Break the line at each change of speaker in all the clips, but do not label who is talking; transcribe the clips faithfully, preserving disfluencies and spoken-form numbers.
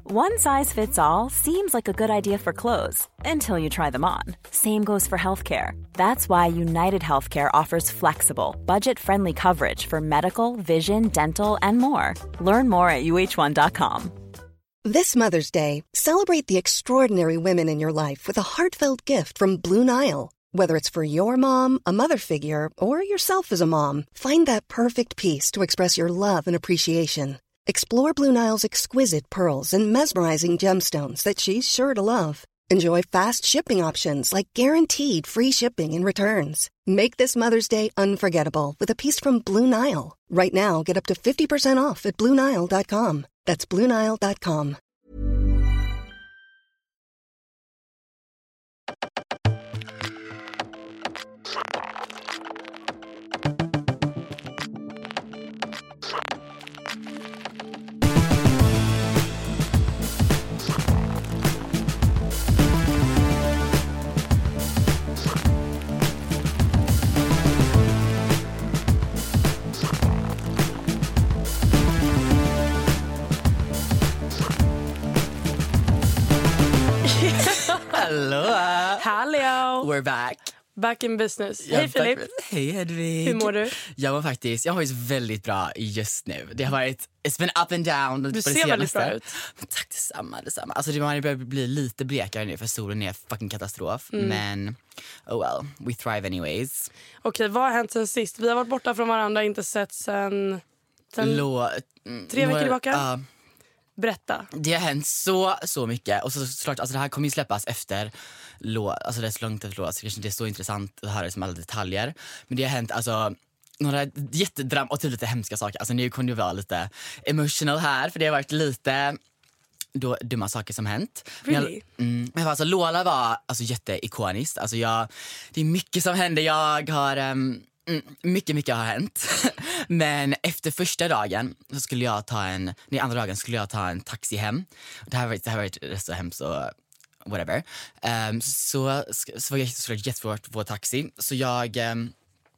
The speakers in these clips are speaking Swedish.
One size fits all seems like a good idea for clothes until you try them on. Same goes for healthcare. That's why United Healthcare offers flexible, budget-friendly coverage for medical, vision, dental, and more. Learn more at U H one dot com.
This Mother's Day, celebrate the extraordinary women in your life with a heartfelt gift from Blue Nile. Whether it's for your mom, a mother figure, or yourself as a mom, find that perfect piece to express your love and appreciation. Explore Blue Nile's exquisite pearls and mesmerizing gemstones that she's sure to love. Enjoy fast shipping options like guaranteed free shipping and returns. Make this Mother's Day unforgettable with a piece from Blue Nile. Right now, get up to fifty percent off at blue nile dot com. That's blue nile dot com.
Hello.
Hallå.
We're back.
Back in business.
Ja,
Hej Filip.
Hej Hedvig.
Hur mår du?
Jag mår faktiskt, jag mår ju väldigt bra just nu. Det har varit, it's been up and down.
Du
på det
ser
senaste.
väldigt bra ut.
Men tack detsamma, detsamma. Alltså det börjar bli lite blekare nu för solen är fucking katastrof. Mm. Men, oh well, we thrive anyways.
Okej, vad har hänt sen sist? Vi har varit borta från varandra, inte sett sen, sen
Lå,
tre veckor tillbaka.
Uh,
Berätta.
Det har hänt så, så mycket. Och så, såklart, alltså det här kommer ju släppas efter lå, alltså det är så långt efter låt, så kanske inte är så intressant att höra liksom alla detaljer. Men det har hänt alltså några jättedram och typ lite hemska saker. Alltså nu kommer det vara lite emotional här, för det har varit lite då, dumma saker som hänt.
Really?
Men, mm, men alltså Lola var alltså jätteikoniskt. Alltså jag, det är mycket som händer. Jag har um, Mm, mycket, mycket har hänt. Men efter första dagen så skulle jag ta en, nej andra dagen skulle jag ta en taxi hem. Det här har varit, det här har varit så hemskt och whatever. Um, så, så var jag såklart jättesvårt att få taxi. Så jag, um,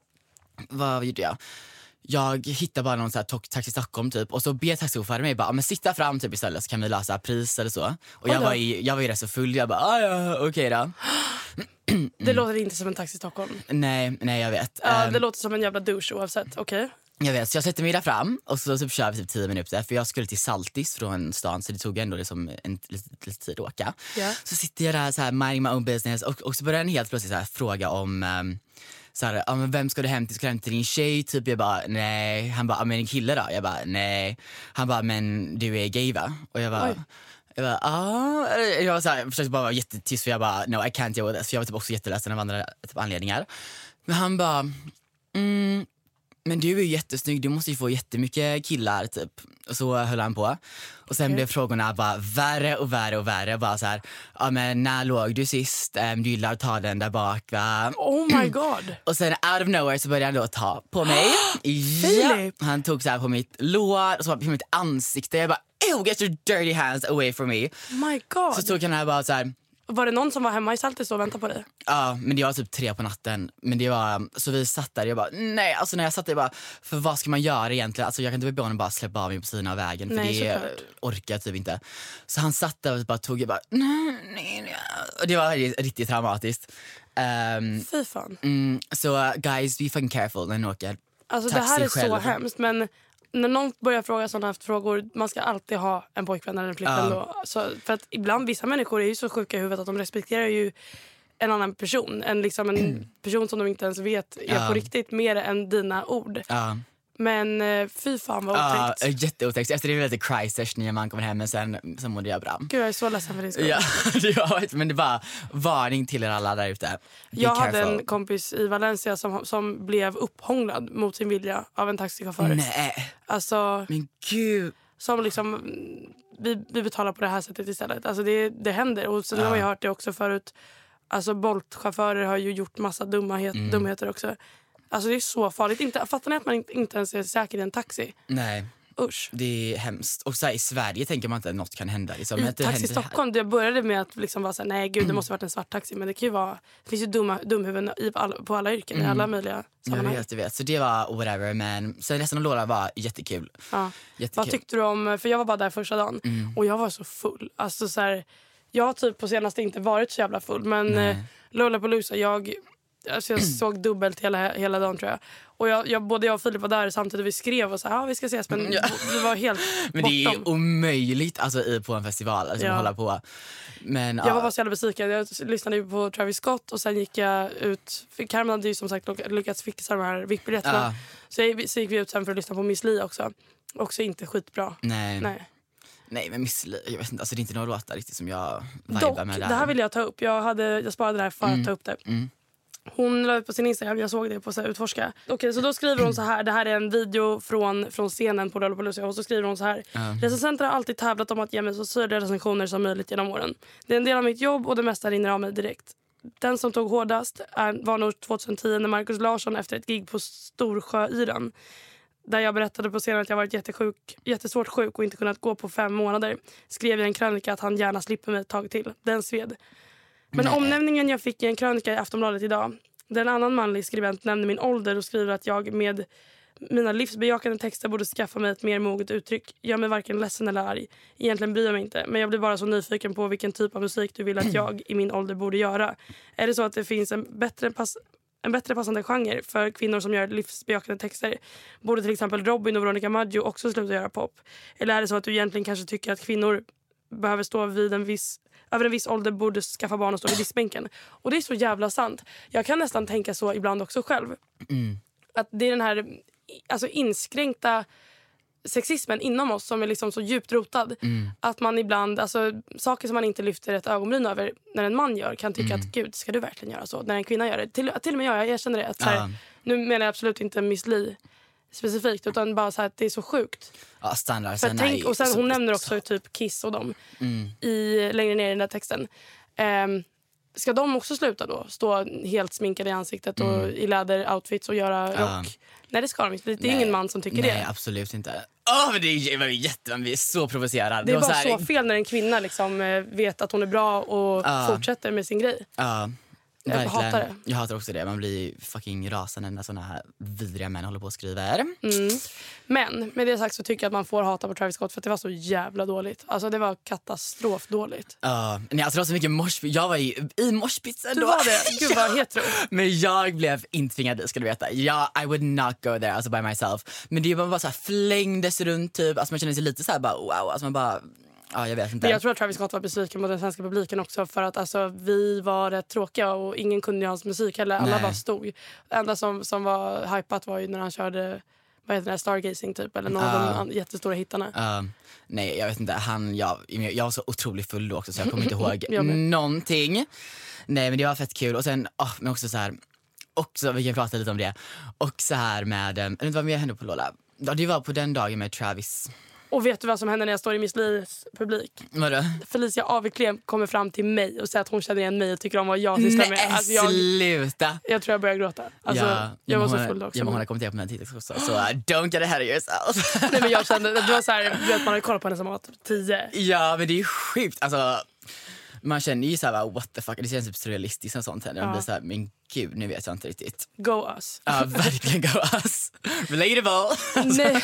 vad gjorde jag? Jag hittade bara någon så här taxi i Stockholm typ. Och så ber taxichauffören mig bara, men sitta fram typ istället så kan vi lösa pris eller så. Och jag var, i, jag var ju rätt så full. Jag bara, ah, ja, okej okay då.
Mm. Det låter inte som en taxi i Stockholm.
Nej, nej jag vet.
Ja,
um,
det låter som en jävla douche oavsett, okej. Okay.
Jag vet, så jag sätter mig där fram och så typ kör vi typ tio minuter. För jag skulle till Saltis från stan, så det tog ändå liksom en lite, lite tid att åka.
Yeah.
Så sitter jag där så här, minding my own business. Och, och så börjar den helt plötsligt så här, fråga om um, så här, ja, men vem ska du hem till? Ska du hem till din tjej? Typ jag bara, nej. Han bara, men en kille då? Jag bara, nej. Han bara, men du är gay va? Och jag bara... Oj. Jag bara, ah. Jag var så här, jag försökte bara vara jättetyst för jag bara, no I can't deal with this. För jag var typ också jätteledsen av andra typ, anledningar. Men han bara, mm, men du är ju jättesnygg, du måste ju få jättemycket killar typ. Och så höll han på. Och sen okay. blev frågorna bara värre och värre och värre. Bara så här, ja men när låg du sist? Um, du gillar att ta den där bak va?
Oh my god. Och
sen out of nowhere så började han då ta på mig. Ja. Han tog så här på mitt lår och så på mitt ansikte. Jag bara, ew, get your dirty hands away from me.
My god.
Så tog han här bara så här.
Var det någon som var hemma i Saltis och väntade på dig?
Ja, men det var typ tre på natten. Men det var, så vi satt där och jag bara, nej, alltså när jag satt där jag bara, för vad ska man göra egentligen? Alltså jag kan inte be honom bara släppa av mig på sidan av vägen. För
nej,
det
såklart.
orkar jag typ inte. Så han satt där och bara tog, jag bara, nej, nej, nej. Och det var riktigt traumatiskt. Um,
Fy fan.
Mm, så uh, guys, be fucking careful när ni åker.
Alltså det här är själv. Så hemskt, men när någon börjar fråga sådana här frågor, man ska alltid ha en pojkvän eller en flickvän uh. då. Så, för att ibland, vissa människor är ju så sjuka i huvudet att de respekterar ju en annan person. En, liksom en mm. person som de inte ens vet är uh. på riktigt mer än dina ord. Uh. Men fy fan vad otäckt.
Ja, uh, jätteotäckt. Efter det var lite cry session när man kommer hem, men sen, sen mådde jag bra.
Gud, jag är så ledsen för din skull.
Ja, det var, men det var varning till er alla där ute. Be
jag
careful.
hade en kompis i Valencia som, som blev upphånglad mot sin vilja av en taxichaufför.
Nej.
Alltså,
men gud.
Som liksom, vi, vi betalar på det här sättet istället. Alltså det, det händer. Och sen uh. har vi hört det också förut. Alltså Bolt-chaufförer har ju gjort massa dumhet, mm. dumheter också. Alltså det är så farligt. Inte, fattar ni att man inte ens är säker i en taxi?
Nej.
usch.
Det är hemskt. Och så här, i Sverige tänker man inte att något kan hända. Liksom.
I
Men det
Taxi Stockholm, det började med att liksom vara så här, nej gud det måste varit en svart taxi. Men det kan ju vara, det finns ju dumma, dumhuvuden i alla, på alla yrken, mm. i alla möjliga sammanhang.
Jag vet, jag vet. Så det var whatever, men sen resten av lådan var jättekul.
Ja.
jättekul.
Vad tyckte du om, för jag var bara där första dagen mm. och jag var så full. Alltså så här, jag har typ på senaste inte varit så jävla full, men eh, Lollapalooza, jag... Alltså jag såg dubbelt hela, hela dagen tror jag. Och jag, jag, både jag och Filip var där samtidigt vi skrev och så ja vi ska ses men ja. det var helt
Men det är omöjligt alltså, i, på en festival alltså, ja. att hålla på. Men,
jag var bara så jävla besviken. Jag lyssnade ju på Travis Scott och sen gick jag ut. Carmen hade ju som sagt lyckats fixa de här V I P-biljetterna. Ja. Så, jag, så gick vi ut sen för att lyssna på Miss Li också. Också inte skitbra.
Nej.
Nej.
Nej men Miss Li, jag vet inte, alltså det är inte några låtar riktigt som jag vibar
Dock,
med där.
Det här vill jag ta upp. Jag, hade, jag sparade det här för
mm.
att ta upp det.
Mm.
Hon la ut på sin Instagram, jag såg det på så här, Utforska. Okej, så då skriver hon så här, det här är en video från, från scenen på Lollapalooza. Och så skriver hon så här: uh. Recensenter har alltid tävlat om att ge mig så syrliga recensioner som möjligt genom åren. Det är en del av mitt jobb och det mesta rinner av mig direkt. Den som tog hårdast är, var nog tjugohundratio när Marcus Larsson efter ett gig på Storsjöyran, där jag berättade på scenen att jag varit jättesjuk, jättesvårt sjuk och inte kunnat gå på fem månader, skrev i en krönika att han gärna slipper mig ett tag till. Den sved. Men Nej. omnämningen jag fick i en krönika i Aftonbladet idag, där en annan manlig skribent nämnde min ålder och skriver att jag med mina livsbejakande texter borde skaffa mig ett mer moget uttryck. Jag är varken ledsen eller arg. Egentligen bryr jag mig inte. Men jag blir bara så nyfiken på vilken typ av musik du vill att jag i min ålder borde göra. Är det så att det finns en bättre, pass- en bättre passande genre för kvinnor som gör livsbejakande texter? Borde till exempel Robin och Veronica Maggio också sluta göra pop? Eller är det så att du egentligen kanske tycker att kvinnor behöver stå vid en viss... över en viss ålder borde skaffa barn och stå vid diskbänken? Och det är så jävla sant. Jag kan nästan tänka så ibland också själv.
Mm.
Att det är den här alltså, inskränkta sexismen inom oss som är liksom så djupt rotad.
Mm.
Att man ibland, alltså saker som man inte lyfter ett ögonbryn över när en man gör, kan tycka
mm.
att gud, ska du verkligen göra så? När en kvinna gör det. Till, till och med jag, jag erkänner det. Att, så här,
uh.
Nu menar jag absolut inte Miss Li specifikt, utan bara så här, att det är så sjukt.
Ja, standard.
För tänk, och sen hon nämner också typ Kiss och dem
mm.
i, längre ner i den där texten. Um, ska de också sluta då? Stå helt sminkade i ansiktet och mm. i läderoutfits och göra rock? Uh. Nej, det ska de inte. Det är Nej. ingen man som tycker
Nej,
det.
Nej, absolut inte. Åh, men det är jätteman, vi är så provocerade.
Det är
bara
så,
här...
så fel när en kvinna liksom vet att hon är bra och uh. fortsätter med sin grej.
Ja. Uh.
Jag
Verkligen.
hatar det.
Jag hatar också det. Man blir fucking rasande när såna här vidriga män håller på och skriver.
Mm. Men med det sagt så tycker jag att man får hata på Travis Scott för att det var så jävla dåligt. Alltså det var katastrofdåligt.
Ja, uh, nej, alltså det var så mycket morspits. Jag var i, i morspitsen då.
Du var det? Gud vad hetero.
Men jag blev intvingad, ska du veta. Jag, I would not go there alltså by myself. Men det var bara så här flängdes runt typ. Alltså man kände sig lite så här bara wow. Alltså man bara... Ja, jag vet inte.
Men jag tror att Travis Scott var besviken mot den svenska publiken också, för att alltså, vi var rätt tråkiga och ingen kunde hans musik heller. Alla
Nej.
bara stod. Det enda som, som var hypat var ju när han körde, vad heter det, Stargazing typ, eller någon uh, av de jättestora hittarna.
Uh, nej, jag vet inte. Han, jag, jag var så otroligt full då också så jag kommer inte ihåg
jag
någonting. Nej, men det var fett kul. Och sen, oh, men också så här, också, vi kan prata lite om det. Och så här med, jag vet inte vad mer hände på Lolla. Ja, det var på den dagen med Travis.
Och vet du vad som händer när jag står i Miss Lis publik?
Vadå?
Felicia Aviklem kommer fram till mig och säger att hon känner igen mig och tycker om vad jag sysslar med.
Nej,
alltså jag,
sluta!
Jag tror jag börjar gråta. Alltså,
ja,
jag var
hon,
så full också.
Ja, men hon har kommenterat på den här tiden också. Så uh, don't get ahead of yourself.
Nej, men jag kände, det var så här, du vet, man har kollat på henne som var typ tio.
Ja, men det är sjukt. Alltså, man känner ju såhär, what the fuck. Det känns typ surrealistiskt och sånt. Man ja. blir såhär, men gud, nu vet jag inte riktigt.
Go us.
Ja, verkligen go us. Relatable.
Nej.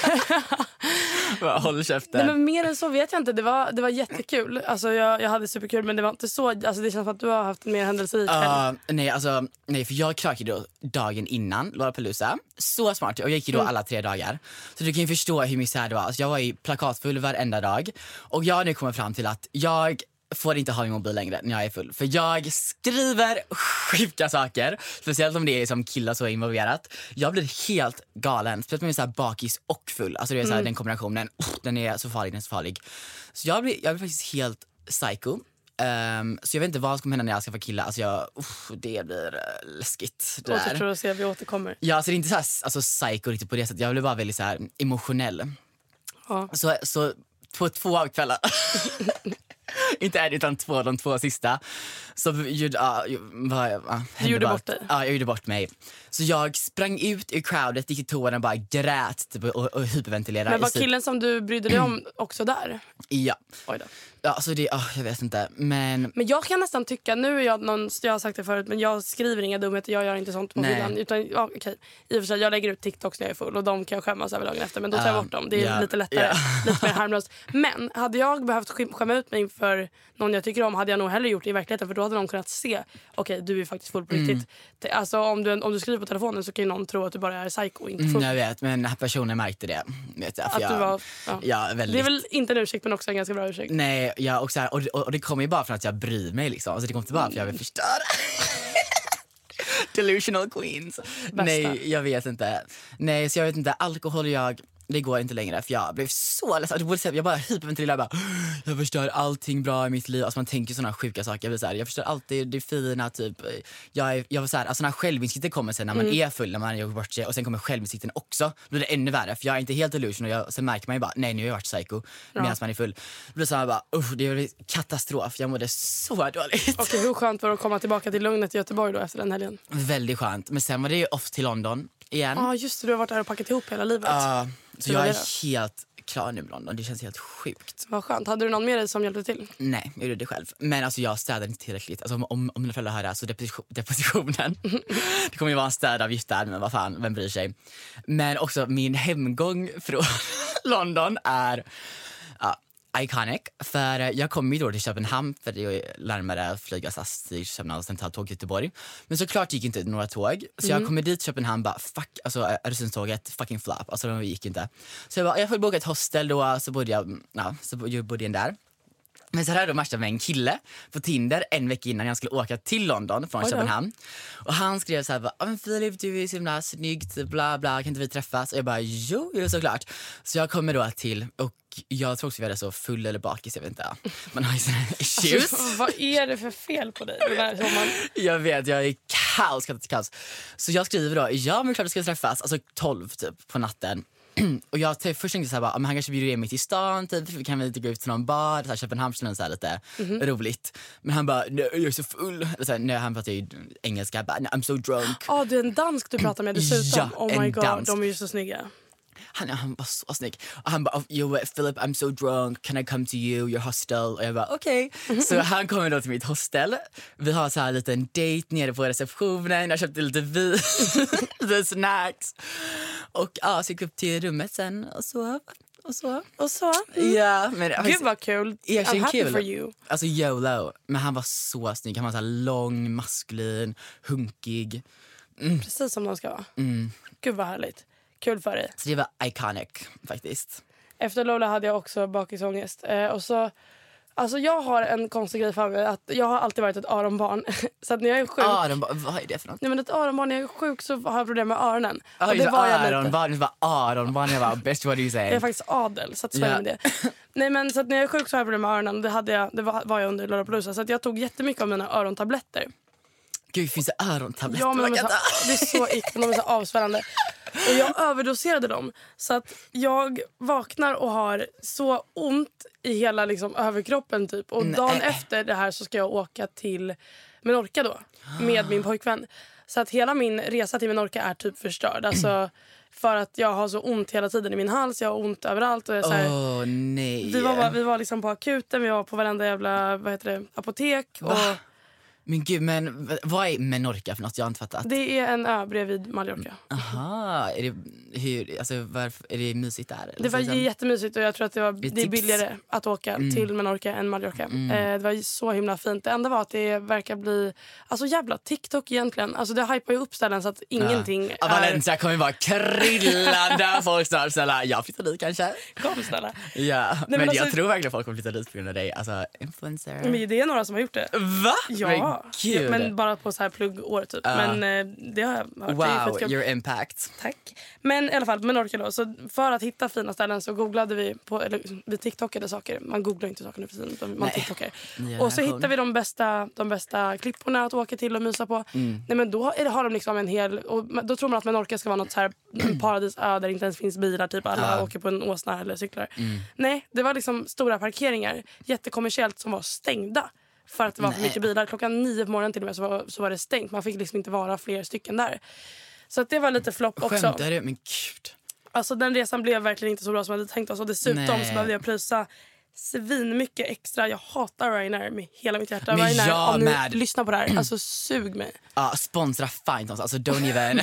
Håll käften.
Nej, men mer än så vet jag inte. Det var, det var jättekul. Alltså, jag, jag hade superkul, men det var inte så... Alltså, det känns som att du har haft en mer händelserik
uh, nej, alltså, nej, för jag krökade då dagen innan Lollapalooza. Så smart. Och jag gick ju då mm. alla tre dagar. Så du kan ju förstå hur misär det var. Alltså, jag var ju plakatfull varenda dag. Och jag har nu kommit fram till att jag... får inte ha min mobil längre när jag är full. För jag skriver sjuka saker. Speciellt om det är som killar så involverat. Jag blir helt galen. Speciellt med så här bakis och full. Alltså det är så här, mm. den kombinationen. Den är så farlig, den är så farlig. Så jag blir, jag blir faktiskt helt psycho. Um, så jag vet inte vad som kommer hända när jag ska få killar. Alltså jag, uff, det blir uh, läskigt. Det
jag tror att se, vi återkommer.
Ja, så det är inte så här, alltså psycho riktigt på det sättet. Jag blir bara väldigt så här emotionell.
Ja.
Så, så på två av kvällar inte en utan två, de två sista. Så gjorde, ja, var, ja,
du gjorde
bara,
bort dig?
Ja, jag gjorde bort mig. Så jag sprang ut ur crowdet, gick i toan och bara grät typ, och, och hyperventilerade.
Men var killen som du brydde dig om också där?
Ja.
Oj då.
Ja, alltså det, oh, jag vet inte. Men...
men jag kan nästan tycka, nu är jag någon, jag har sagt det förut, men jag skriver inga dumheter, jag gör inte sånt på mobilen. Utan, ja, okej. I och för sig, jag lägger ut TikToks när jag är full och de kan jag skämmas över dagen efter. Men då tar jag bort dem, det är yeah. lite lättare, yeah. lite mer harmlöst. Men hade jag behövt skämma ut mig för någon jag tycker om, hade jag nog hellre gjort det i verkligheten. För då hade de kunnat se, okej, okay, du är faktiskt full på riktigt. Mm. Alltså om du, om du skriver på telefonen så kan ju någon tro att du bara är psycho, inte full.
Mm, jag vet, men den här personen märkte det. Vet jag, för
att
jag,
du var, ja.
Ja, väldigt...
Det är väl inte en ursäkt men också en ganska bra ursäkt.
Nej, ja, och, så här, och, och, och det kommer ju bara för att jag bryr mig liksom. Alltså det kommer inte bara för att jag vill förstöra. Delusional queens. Bästa. Nej, jag vet inte. Nej, så jag vet inte. Alkohol och jag, det går inte längre. För jag blev så ledsen. Jag bara hyperventilerade. Jag bara, jag förstör allting bra i mitt liv. Alltså man tänker sådana sjuka saker. Jag, blir så här, jag förstör alltid det fina. Typ. Jag, är, jag var så här, alltså när självinsikten kommer sen när man mm. är full, när man har gjort bort sig. Och sen kommer självinsikten också. Då blir det ännu värre. För jag är inte helt delusional. Och jag, sen märker man ju bara, nej nu har jag varit psycho. Ja. Medan man är full. Då blir det så här, bara, uh, det är katastrof. Jag mådde så dåligt.
Okej, okay, hur skönt var det att komma tillbaka till lugnet i Göteborg då efter den helgen?
Väldigt skönt. Men sen var det ju off till London igen.
Ja, ah, just det. Du har varit där och packat ihop hela livet.
Ja. Uh, Så jag är helt klar nu med London. Det känns helt sjukt.
Vad skönt. Hade du någon med dig som hjälpte till?
Nej, jag gjorde det själv. Men alltså jag städade inte tillräckligt. Alltså, om, om mina föräldrar hör det här så deposition, depositionen. Det kommer ju vara en städavgift där, men vad fan, vem bryr sig? Men också min hemgång från London är... Ja, iconic, för jag kom ju då till Köpenhamn för det är närmare flyga S A S till Köpenhamn och sen ta tåg till Göteborg. Men såklart gick inte några tåg. Så mm. jag kommer dit till Köpenhamn bara fuck, alltså Öresundståget fucking flap. Alltså det gick inte. Så jag bara, jag får boka ett hostel då, så bodde jag, ja, så bodde jag där. Men så hade jag då matchat med en kille på Tinder en vecka innan jag skulle åka till London från Köpenhamn. Och han skrev så här, bara, men Filip, du är så himla snyggt, bla bla, kan inte vi träffas? Och jag bara, jo, jo såklart. Så jag kommer då till, och jag tror också vi hade så full eller bakis, jag vet inte. Man har ju såna issues.
Alltså, vad är det för fel på dig? Det där, man...
Jag vet, jag är kaos, kaos, kaos. Så jag skriver då, ja men klart vi ska träffas, alltså tolv typ på natten. Och jag t- först tänkte så här bara, men han kanske bjuder in mig till stan typ, vi kan väl inte gå ut till någon bar, så här Köpenhamn så här lite mm-hmm. roligt. Men han bara, nej, jag är så full. Så här, nej, han pratar ju engelska, bara, I'm so drunk.
Ja, oh, det är en dansk du pratar med dessutom.
Ja,
oh my god,
dansk.
De är ju så snygga.
Han, han var så snygg. Och han bara, yo Philip, I'm so drunk, can I come to you, your hostel? Och jag bara, okej. Okay. Så han kommer då till mitt hostel. Vi har så här lite en date nere på receptionen. Jag köpte lite vin, lite snacks. Och ja, så gick upp till rummet sen och så. Och så.
Och så.
Mm. Ja, men
gud vad kul. I'm happy
kul.
for you.
Alltså YOLO. Men han var så snygg. Han var så här lång, maskulin, hunkig.
Mm. Precis som de ska vara. Mm. Gud vad härligt. Kul för dig.
Så det var iconic faktiskt.
Efter Lola hade jag också bakisångest. Eh, och så, alltså jag har en konstig grej för mig. Att jag har alltid varit ett öronbarn. Så att när jag är sjuk...
Aronbarn, vad är det för något?
Nej men ett öronbarn, när jag är sjuk så har jag problem med öronen.
Oh, och det var jag aronbarn, det var aronbarn. Jag var best what do you say?
Jag är faktiskt adel, så att yeah. med det. Nej men så att när jag är sjuk så har jag problem med öronen. Det, hade jag, det var, var jag under Lollapalooza. Så att jag tog jättemycket av mina örontabletter.
Gud, finns det örontabletter?
Ja, men de är så, det är så äckligt, de är så avsvällande. Och jag överdoserade dem. Så att jag vaknar och har så ont i hela liksom, överkroppen typ. Och dagen Nej. efter det här så ska jag åka till Menorca då. Med min pojkvän. Så att hela min resa till Menorca är typ förstörd. Alltså... För att jag har så ont hela tiden i min hals. Jag har ont överallt. Och jag, så här,
oh, nej.
Vi var, vi var liksom på akuten. Vi var på varenda jävla vad heter det, apotek. Och...
Men gud, men vad är Menorca för något? Jag har inte fattat.
Det är en ö bredvid Mallorca.
Aha, är det, hur, alltså, varför, är det mysigt där?
Det var liksom... jättemysigt och jag tror att det, var, det är billigare att åka mm. till Menorca än Mallorca. Mm. Eh, det var så himla fint. Det enda var att det verkar bli, alltså jävla TikTok egentligen. Alltså det hypar ju upp ställen så att ingenting
ja. är... Valencia kommer ju vara krillande folk snart. Snälla, jag flyttar dit kanske.
Kom snälla.
Ja, Nej, men, men alltså... jag tror verkligen folk kommer flytta dit på grund av dig. Alltså, influencer.
Men det är några som har gjort det.
Va?
Ja. Ja, men bara på så här pluggår typ. Uh, men eh, det har jag hört.
Wow, your impact.
Tack. Men i alla fall, Menorca då. Så för att hitta fina ställen så googlade vi på, eller vi tiktokade saker. Man googlar inte saker nu för tiden, man tiktokar. Och så hittar vi de bästa, de bästa klipporna att åka till och mysa på. Mm. Nej, men då är det, har de liksom en hel, och då tror man att Menorca ska vara något så här paradisö där det inte ens finns bilar, typ alla uh. åker på en åsna eller cyklar. Mm. Nej, det var liksom stora parkeringar, jättekommersiellt, som var stängda. För att det var för mycket bilar. Klockan nio på morgonen till och med så var, så var det stängt. Man fick liksom inte vara fler stycken där. Så att det var lite flopp också.
Skämtar du? Men gud.
Alltså den resan blev verkligen inte så bra som jag hade tänkt oss. Och dessutom Nej. så behövde jag pröjsa svin mycket extra. Jag hatar Ryanair med hela mitt hjärta.
Men
Ryanair,
jag
om ni
med.
lyssnar på det här, alltså sug mig.
Ja, sponsra fint oss. Alltså don't even.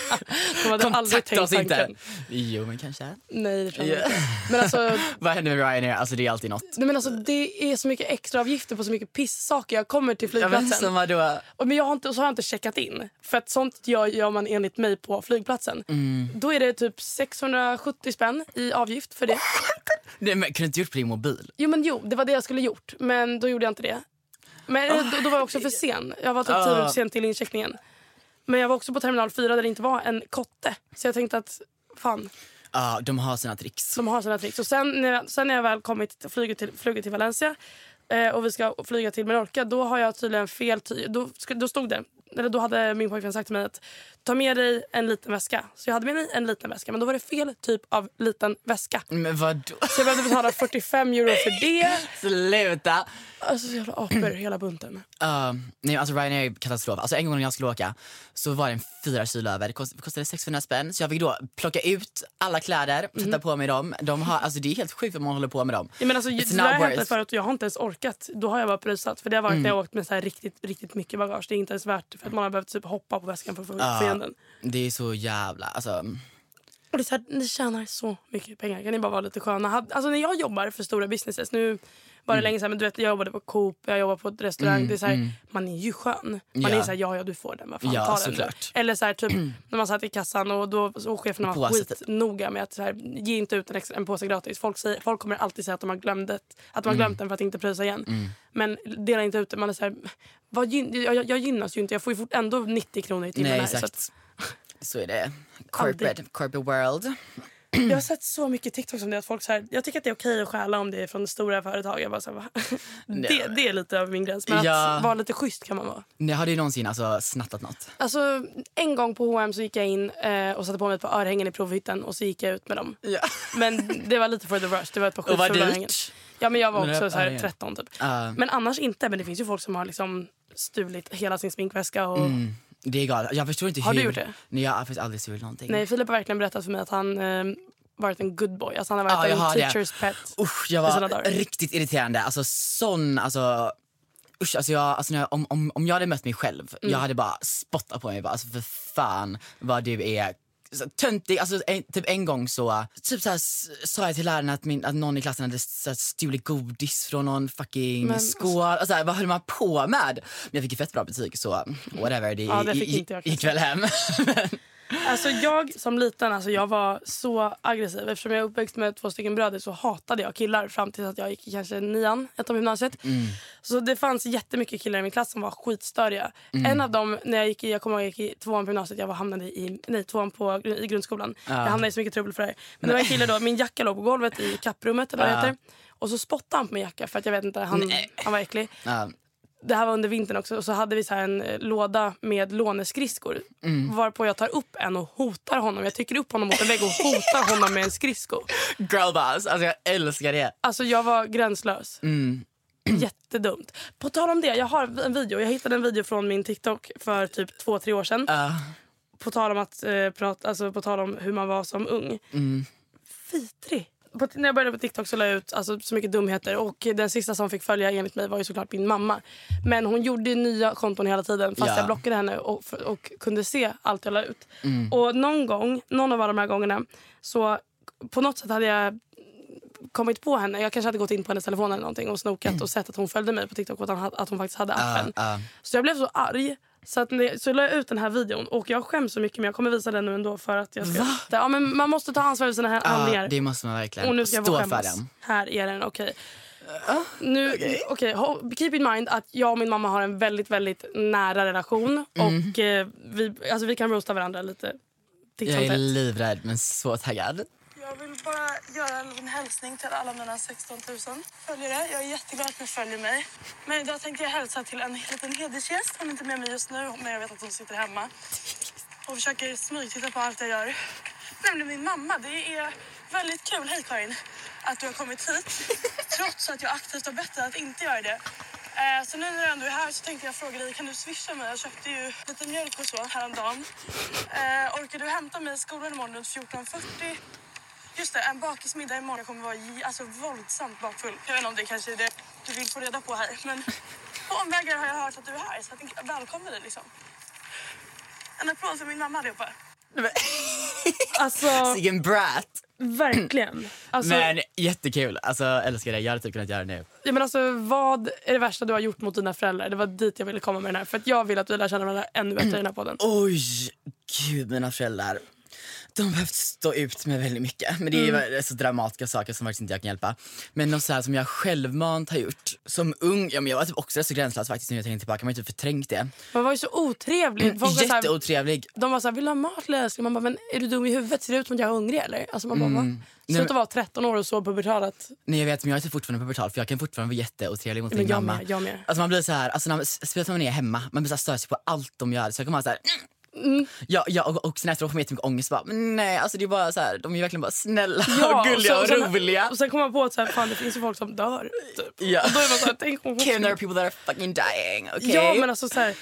De hade aldrig tänkt
oss inte.
Tanken.
Jo, men kanske.
Nej, det tror jag inte. Men alltså,
vad händer med Ryanair? Alltså det är alltid något.
Nej, men alltså det är så mycket extra avgifter på så mycket pisssaker. Jag kommer till flygplatsen.
Ja, men vadå?
Och men jag har inte så har jag inte checkat in. För att sånt gör, gör man enligt mig på flygplatsen.
Mm.
Då är det typ sexhundrasjuttio spänn i avgift för det.
Nej, men kunde du inte gjort på din mobil?
Jo, men jo, det var det jag skulle gjort. Men då gjorde jag inte det. Men oh, då, då var jag också för sen. Jag var typ tio minuter sen till incheckningen. Men jag var också på terminal fyra där det inte var en kotte. Så jag tänkte att, fan.
Ja, uh, de har sina tricks.
De har sina tricks. Och sen när jag, sen när jag väl kommit flyget till, flyget till Valencia eh, och vi ska flyga till Menorca, då har jag tydligen fel ty- då, då stod det, eller då hade min pojkvän sagt till mig att ta med dig en liten väska. Så jag hade med mig en liten väska, men då var det fel typ av liten väska.
Men vadå?
Så jag behövde betala fyrtiofem euro för det.
Sluta!
Alltså så jävla apor hela bunten.
Uh, nej, alltså Ryanair är katastrof. Alltså en gång när jag skulle åka så var det en fyra kilo över. Det kost, kostade sexhundra spänn. Så jag fick då plocka ut alla kläder, sätta mm. på mig dem. De har, alltså det är helt sjukt vad man håller på med dem.
Ja, men alltså, det har hänt förut och jag har inte ens orkat. Då har jag bara pröjsat. För det har varit mm. när jag åkt med så här riktigt, riktigt mycket bagage. Det är inte ens värt för att man har behövt typ hoppa på väskan för att få uh, igen den.
Det är så jävla, alltså...
Och det är så här, ni tjänar så mycket pengar. Kan ni bara vara lite sköna? Alltså när jag jobbar för stora businesses, nu var det mm. länge sedan, men du vet, jag jobbade på Coop, jag jobbade på ett restaurang. Mm, det är så här, mm. man är ju skön. Man ja. är så här, ja, ja, du får den. Vad fan,
ja,
ta
såklart.
Den. Eller så här, typ, när man satt i kassan och då och cheferna var skitnoga med att så här, ge inte ut en, extra, en påse gratis. Folk, säger, folk kommer alltid säga att de har glömt, det, att de har glömt mm. den för att inte pröjsa igen. Mm. Men dela inte ut den. Man är så här, vad gyn- jag, jag gynnas ju inte. Jag får ju fort ändå nittio kronor i timmen.
Nej,
här,
exakt.
Så, att,
så är det. Corporate, corporate world.
Jag har sett så mycket TikTok som det att folk så här, jag tycker att det är okej att stjäla om det är från stora företag. Jag bara så här, det, det är lite över min gräns. Men ja. att vara lite schysst kan man vara.
Nej, har du någonsin alltså snattat något?
Alltså en gång på H och M så gick jag in eh, och satte på mig ett par örhängen i provhytten och så gick jag ut med dem. Ja. Men det var lite for the rush. Det var ett par skitfulla örhängen. Ja, men jag var också så här tretton typ. Uh. Men annars inte. Men det finns ju folk som har liksom stulit hela sin sminkväska och... Mm.
Det är galet. Jag förstår inte
har
hur...
Har du gjort det?
Nej, jag har faktiskt aldrig stulit någonting.
Nej, Filip har verkligen berättat för mig att han eh, varit en good boy. Alltså han har varit ah, en teacher's det. pet.
Usch, jag var riktigt irriterande. Alltså sån, alltså... Usch, alltså jag, alltså när jag, om, om, om jag hade mött mig själv, mm. jag hade bara spottat på mig. Bara, alltså för fan vad du är... Töntig, alltså en, typ en gång så typ så här, sa jag till läraren att, min, att någon i klassen hade så här, stulit godis från någon fucking men, skål. Alltså, så här, vad höll man på med? Men jag fick ju fett bra betyg så whatever, det,
ja, det fick
i,
inte jag
gick väl hem.
Alltså jag som liten, alltså jag var så aggressiv. Eftersom jag är uppväxt med två stycken bröder så hatade jag killar fram till att jag gick kanske nian, ett av gymnasiet. Mm. Så det fanns jättemycket killar i min klass som var skitstöriga. Mm. En av dem, när jag gick i, jag kommer ihåg jag gick i tvåan på gymnasiet, jag var hamnade i, nej tvåan på, i grundskolan. Ja. Jag hamnade i så mycket trubbel för det här. Men det var en kille då, min jacka låg på golvet i kapprummet eller vad det heter. Och så spottade han på min jacka för att jag vet inte, han, han var äcklig. Ja. Det här var under vintern också. Och så hade vi så här en eh, låda med låneskridskor. Mm. Varpå jag tar upp en och hotar honom. Jag tycker upp honom mot en vägg och hotar honom med en skridsko.
Girlboss, alltså jag älskar det.
Alltså jag var gränslös. Mm. Jättedumt. På tal om det, jag har en video. Jag hittade en video från min TikTok för typ två, tre år sedan. Uh. På tal om att eh, prata, alltså på tal om hur man var som ung. Mm. Fitrig. På, när jag började på TikTok så la jag ut alltså, så mycket dumheter. Och den sista som fick följa enligt mig var ju såklart min mamma. Men hon gjorde nya konton hela tiden. Fast ja. jag blockade henne och, och kunde se allt jag la ut. Mm. Och någon gång, någon av alla de här gångerna, så på något sätt hade jag kommit på henne. Jag kanske hade gått in på hennes telefon eller någonting och snokat mm. och sett att hon följde mig på TikTok och att hon, att hon faktiskt hade appen. Uh, uh. Så jag blev så arg. Så, att, så jag la ut den här videon och jag skäms så mycket, men jag kommer visa den nu ändå för att jag ska... Ja, men man måste ta ansvar för sina här handlingar.
Ja, det måste man verkligen.
Och nu ska jag
stå
få skämmas.
för den.
Här är den, okej. Okay. Uh, nu, okej. Okay. Okay, keep in mind att jag och min mamma har en väldigt, väldigt nära relation. Mm. Och eh, vi, alltså, vi kan roasta varandra lite.
Jag är livrädd, men så taggad.
Jag vill bara göra en liten hälsning till alla mina sexton tusen följare. Jag är jätteglad att ni följer mig. Men idag tänkte jag hälsa till en liten hedersgäst. Hon är inte med mig just nu, men jag vet att hon sitter hemma. Och försöker smygtitta på allt jag gör. Nämligen min mamma. Det är väldigt kul, hej Karin, att du har kommit hit. Trots att jag aktivt har bett dig att inte göra det. Eh, så nu när du ändå är här så tänkte jag fråga dig, kan du swisha mig? Jag köpte ju lite mjölk och så häromdagen. Eh, orkar du hämta mig i skolan imorgon runt fjorton fyrtio? Just det, en bakismiddag imorgon kommer vara alltså, våldsamt bakfull. Jag vet inte om det kanske är det du vill få reda på här. Men på omvägar har jag hört att du är här, så jag välkomnar dig liksom. En applåd för min mamma allihopa.
Alltså, Sigen brat.
Verkligen. Alltså,
men jättekul. Alltså, älskar det. Jag hade typ kunnat göra det nu.
Ja, men alltså, vad är det värsta du har gjort mot dina föräldrar? Det var dit jag ville komma med den här. För att jag vill att du lär känna varandra ännu bättre i den här podden.
Oj, gud, mina föräldrar. De har behövt stå ut med väldigt mycket. Men det är mm. så dramatiska saker som faktiskt inte jag kan hjälpa. Men något så här som jag självmant har gjort som ung. Ja, men jag var typ också så gränslös faktiskt när jag tänkte tillbaka. Man har typ förträngt det.
Man var ju så otrevlig.
Mm, jätteotrevlig.
De var så här, vill du ha mat eller? Man bara, men är du dum i huvudet? Ser det ut som att jag är hungrig eller? Alltså man bara, mm. va? Sluta vara tretton år och så pubertalet.
Nej, jag vet, men jag är så fortfarande pubertal. För jag kan fortfarande vara jätteotrevlig mot
men
min
jag
mamma.
Med, jag med.
Alltså man blir så här, alltså när, speciellt när man är hemma. Man blir så här störsig på allt de gör. Så jag kommer ha så här... Mm. Ja, ja, och, och sen efteråt får man jättemycket ångest bara, men nej, alltså det är bara så här, de är verkligen bara snälla
ja,
och gulliga och,
och, sen,
roliga.
Och sen kommer man på att så här, fan, det finns ju folk som dör typ.
Ja.
Och då är man så här, tänk om
there are people that are fucking dying, okay?
Ja, men alltså så här,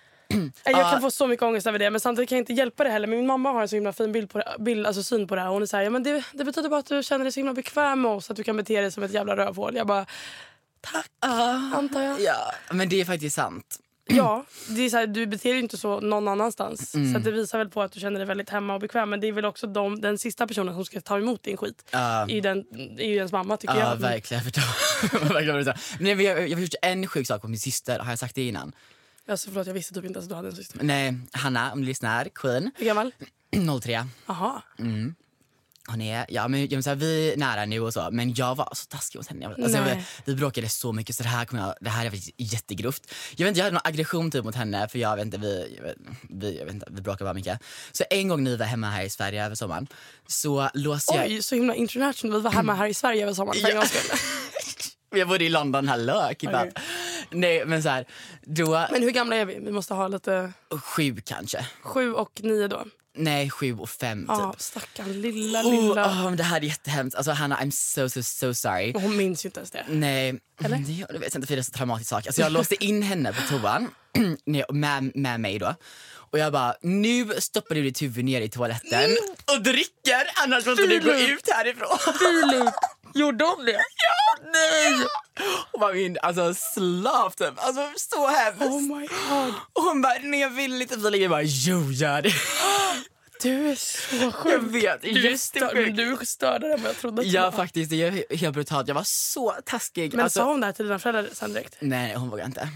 jag kan få så mycket ångest över det, men samtidigt kan jag inte hjälpa det heller. Men min mamma har en så himla fin bild på det, bild, alltså syn på det här. Hon är så här, ja men det, det betyder bara att du känner dig så himla bekväm med oss, att du kan bete dig som ett jävla rövhål. Jag bara, tack, uh, antar jag.
Ja, men det är faktiskt sant.
Ja, det är så här, du beter dig inte så någon annanstans. Mm. Så att det visar väl på att du känner dig väldigt hemma och bekväm. Men det är väl också de, den sista personen som ska ta emot din skit. Uh. är, ju den, är ju ens mamma, tycker uh, jag.
Ja, verkligen. verkligen. Men jag, jag har gjort en sjuk sak på min syster. Har jag sagt det innan?
Alltså, förlåt, jag visste typ inte att du hade en syster.
Nej, Hanna, om du lyssnar, Queen.
Hur gammal?
noll tre.
Aha.
Mm. Hon är, ja, men, jag säga, vi är nära nu och så, men jag var så taskig mot henne. Alltså, vi, vi bråkade så mycket, så det här, kommer jag, det här är faktiskt jättegrovt. Jag vet inte, jag hade någon aggression typ mot henne, för jag vet inte, vi, jag vet, vi, jag vet inte, vi bråkade bara mycket. Så en gång när vi var hemma här i Sverige över sommaren, så låste jag...
Oj, så himla international, vi var hemma här i Sverige över sommaren. Ja.
Jag bodde i London, hallå, keep up. Nej, men så här, då...
Men hur gamla är vi? Vi måste ha lite...
Sju kanske.
Sju och nio då?
Nej, sju och fem typ.
Ja, stackarn, lilla, lilla.
Oh, oh, det här är jättehemskt. Alltså Hanna, I'm so, so, so sorry.
Hon minns ju inte ens det.
Nej,
eller?
Det, det vet jag inte, för det är så traumatisk sak. Alltså jag låste in henne på toan med, med mig då. Och jag bara, nu stoppar du ditt huvud ner i toaletten mm. och dricker, annars måste du gå ut härifrån.
Filip, gjorde hon det?
Ja, nej! Och bara min, alltså slav typ, alltså så hemskt.
Oh my god.
Och hon bara, nej jag vill inte, Filip. Jag bara, jo gör det.
Du är så sjuk.
Jag vet,
du, stör, du störde det, men jag trodde att
ja, faktiskt, det är helt brutalt. Jag var så taskig.
Men
alltså,
sa hon det här till dina föräldrar sen direkt?
Nej, hon vågade inte.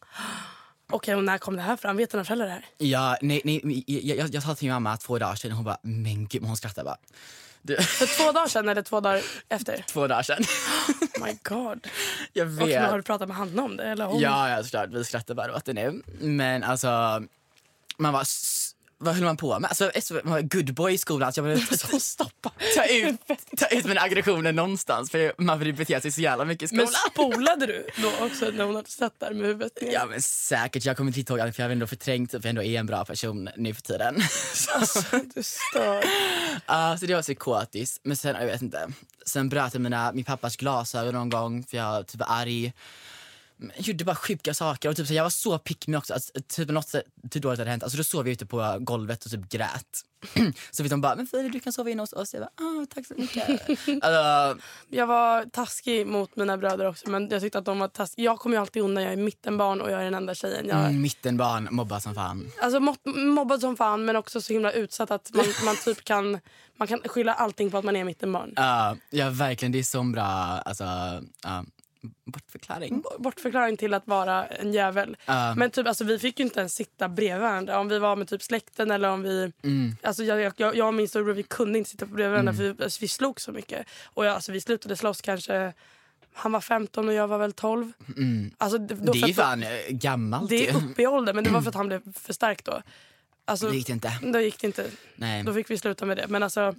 Okej, och när kom det här fram? Vet dina föräldrar det här?
Ja, nej, nej jag, jag, jag sa till min mamma två dagar sedan och hon bara, men gud, hon skrattade bara.
Du. För två dagar sedan eller två dagar efter?
Två dagar sedan.
Oh my god.
Jag vet.
Och men har du pratat med Hanna om det? Eller hon?
Ja, jag såklart. Vi skrattar bara åt det nu. Men alltså, man var... Vad höll man på med? Alltså, man var good boy i skolan. Så jag behövde
så stoppa.
Ta ut, ta ut mina aggressioner någonstans. För man vill bete sig så jävla mycket i skolan.
Men spolade du då också när hon hade satt där med huvudet ner?
Ja, men säkert. Jag kommer inte ihåg det, för jag har ändå förträngt. För jag ändå är en bra person nu för tiden.
Alltså, du stör.
Ja, uh, så det var psykotiskt. Men sen, jag vet inte. Sen bröt jag mina, min pappas glasögon någon gång. För jag typ var arg. Jag gjorde bara sjuka saker och typ så jag var så pick me också, alltså, typ något typ dåligt hade hänt. Alltså då sov vi ute på golvet och typ grät. Så vi de bara, men Filip, du kan sova inne hos oss. Jag bara, ah, tack så mycket. Alltså,
jag var taskig mot mina bröder också, men jag tyckte att de var taskiga. Jag kommer ju alltid undan, jag är mittenbarn och jag är den enda tjejen. Jag...
Mm, mittenbarn, mobbad som fan.
Alltså mobbad som fan, men också så himla utsatt att man, man typ kan man kan skylla allting på att man är mittenbarn.
Uh, ja, verkligen, det är så bra, alltså... Uh. Bortförklaring.
Bortförklaring till att vara en jävel. Uh. Men typ, alltså, vi fick ju inte ens sitta bredvid varandra. Om vi var med typ släkten eller om vi... Mm. Alltså, jag, jag, jag och min storebror, vi kunde inte sitta bredvid varandra mm. för vi, alltså, vi slog så mycket. Och jag, alltså, vi slutade slåss kanske... Han var femton och jag var väl tolv. Mm. Alltså, då,
det är ju fan gammalt.
Det är uppe i ålder, men det var för att han blev för stark då. Alltså,
det gick det inte.
Då gick det inte.
Nej.
Då fick vi sluta med det. Men alltså...